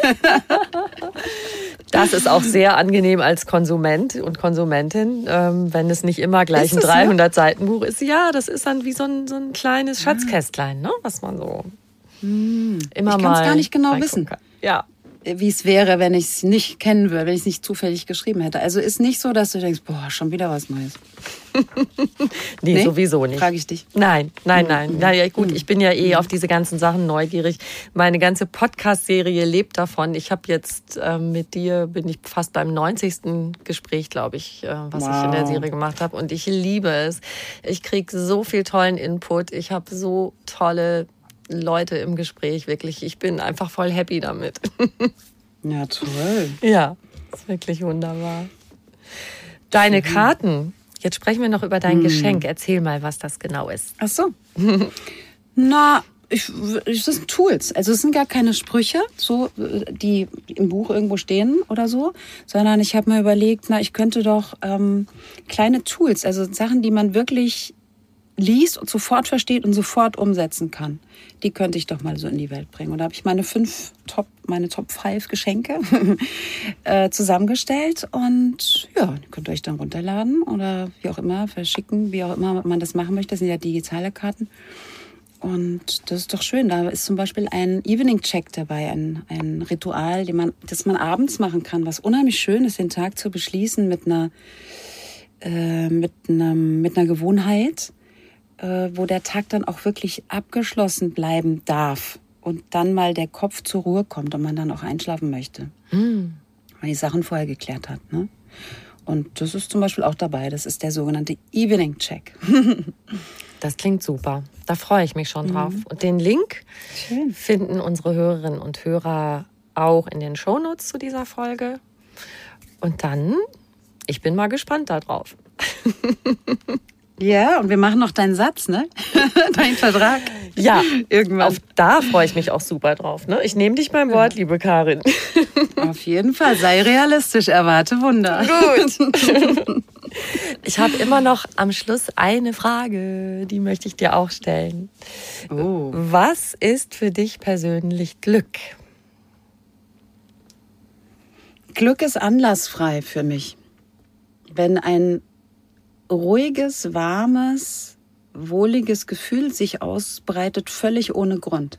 Das ist auch sehr angenehm als Konsument und Konsumentin, wenn es nicht immer gleich ein 300-Seiten-Buch ist. Ja, das ist dann wie so ein kleines Schatzkästlein, ne? Was man so immer ich mal... Ich kann es gar nicht genau wissen. Ja. Wie es wäre, wenn ich es nicht kennen würde, wenn ich es nicht zufällig geschrieben hätte. Also ist nicht so, dass du denkst, boah, schon wieder was Neues. Nee, sowieso nicht. Frage ich dich. Nein. Na ja, gut, ich bin ja auf diese ganzen Sachen neugierig. Meine ganze Podcast-Serie lebt davon. Ich habe jetzt mit dir, bin ich fast beim 90. Gespräch, glaube ich, was ich in der Serie gemacht habe. Und ich liebe es. Ich kriege so viel tollen Input. Ich habe so tolle Leute im Gespräch, wirklich. Ich bin einfach voll happy damit. Ja, toll. Ja, ist wirklich wunderbar. Deine Karten. Jetzt sprechen wir noch über dein Geschenk. Erzähl mal, was das genau ist. Ach so. Na, das sind Tools. Also es sind gar keine Sprüche, so die im Buch irgendwo stehen oder so, sondern ich habe mir überlegt, ich könnte doch kleine Tools, also Sachen, die man wirklich liest und sofort versteht und sofort umsetzen kann. Die könnte ich doch mal so in die Welt bringen. Und da habe ich meine Top 5 Geschenke zusammengestellt. Und ja, die könnt ihr euch dann runterladen oder wie auch immer verschicken, wie auch immer man das machen möchte. Das sind ja digitale Karten. Und das ist doch schön. Da ist zum Beispiel ein Evening Check dabei, ein Ritual, das man abends machen kann, was unheimlich schön ist, den Tag zu beschließen mit einer Gewohnheit, wo der Tag dann auch wirklich abgeschlossen bleiben darf und dann mal der Kopf zur Ruhe kommt und man dann auch einschlafen möchte, weil die Sachen vorher geklärt hat. Ne? Und das ist zum Beispiel auch dabei. Das ist der sogenannte Evening Check. Das klingt super. Da freue ich mich schon drauf. Und den Link finden unsere Hörerinnen und Hörer auch in den Shownotes zu dieser Folge. Und dann, ich bin mal gespannt darauf. Ja, und wir machen noch deinen Satz, ne? Dein Vertrag. Ja, irgendwann. Da freue ich mich auch super drauf. Ne? Ich nehme dich beim Wort, liebe Karin. Auf jeden Fall, sei realistisch, erwarte Wunder. Gut. Ich habe immer noch am Schluss eine Frage, die möchte ich dir auch stellen. Oh. Was ist für dich persönlich Glück? Glück ist anlassfrei für mich. Wenn ein ruhiges, warmes, wohliges Gefühl sich ausbreitet, völlig ohne Grund.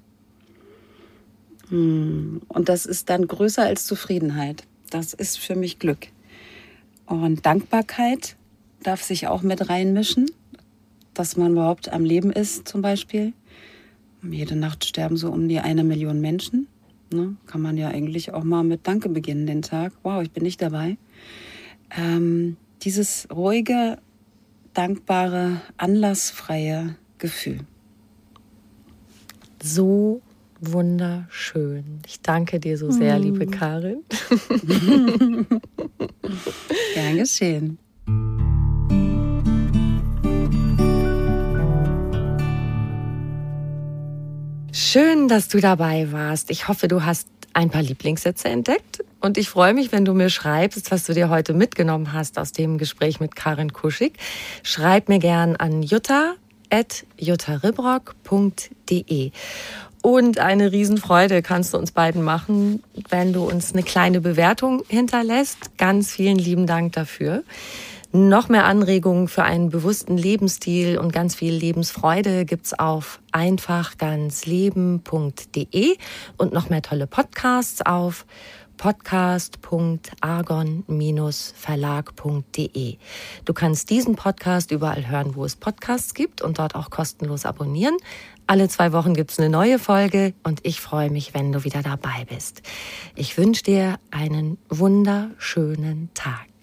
Und das ist dann größer als Zufriedenheit. Das ist für mich Glück. Und Dankbarkeit darf sich auch mit reinmischen, dass man überhaupt am Leben ist zum Beispiel. Jede Nacht sterben so um die 1 Million Menschen. Ne? Kann man ja eigentlich auch mal mit Danke beginnen den Tag. Wow, ich bin nicht dabei. Dieses ruhige, dankbare, anlassfreie Gefühl. So wunderschön. Ich danke dir so sehr, liebe Karin. Gern geschehen. Schön, dass du dabei warst. Ich hoffe, du hast ein paar Lieblingssätze entdeckt. Und ich freue mich, wenn du mir schreibst, was du dir heute mitgenommen hast aus dem Gespräch mit Karin Kuschig. Schreib mir gern an jutta@juttaribrock.de. Und eine Riesenfreude kannst du uns beiden machen, wenn du uns eine kleine Bewertung hinterlässt. Ganz vielen lieben Dank dafür. Noch mehr Anregungen für einen bewussten Lebensstil und ganz viel Lebensfreude gibt's auf einfachganzleben.de und noch mehr tolle Podcasts auf podcast.argon-verlag.de. Du kannst diesen Podcast überall hören, wo es Podcasts gibt und dort auch kostenlos abonnieren. Alle 2 Wochen gibt's eine neue Folge und ich freue mich, wenn du wieder dabei bist. Ich wünsche dir einen wunderschönen Tag.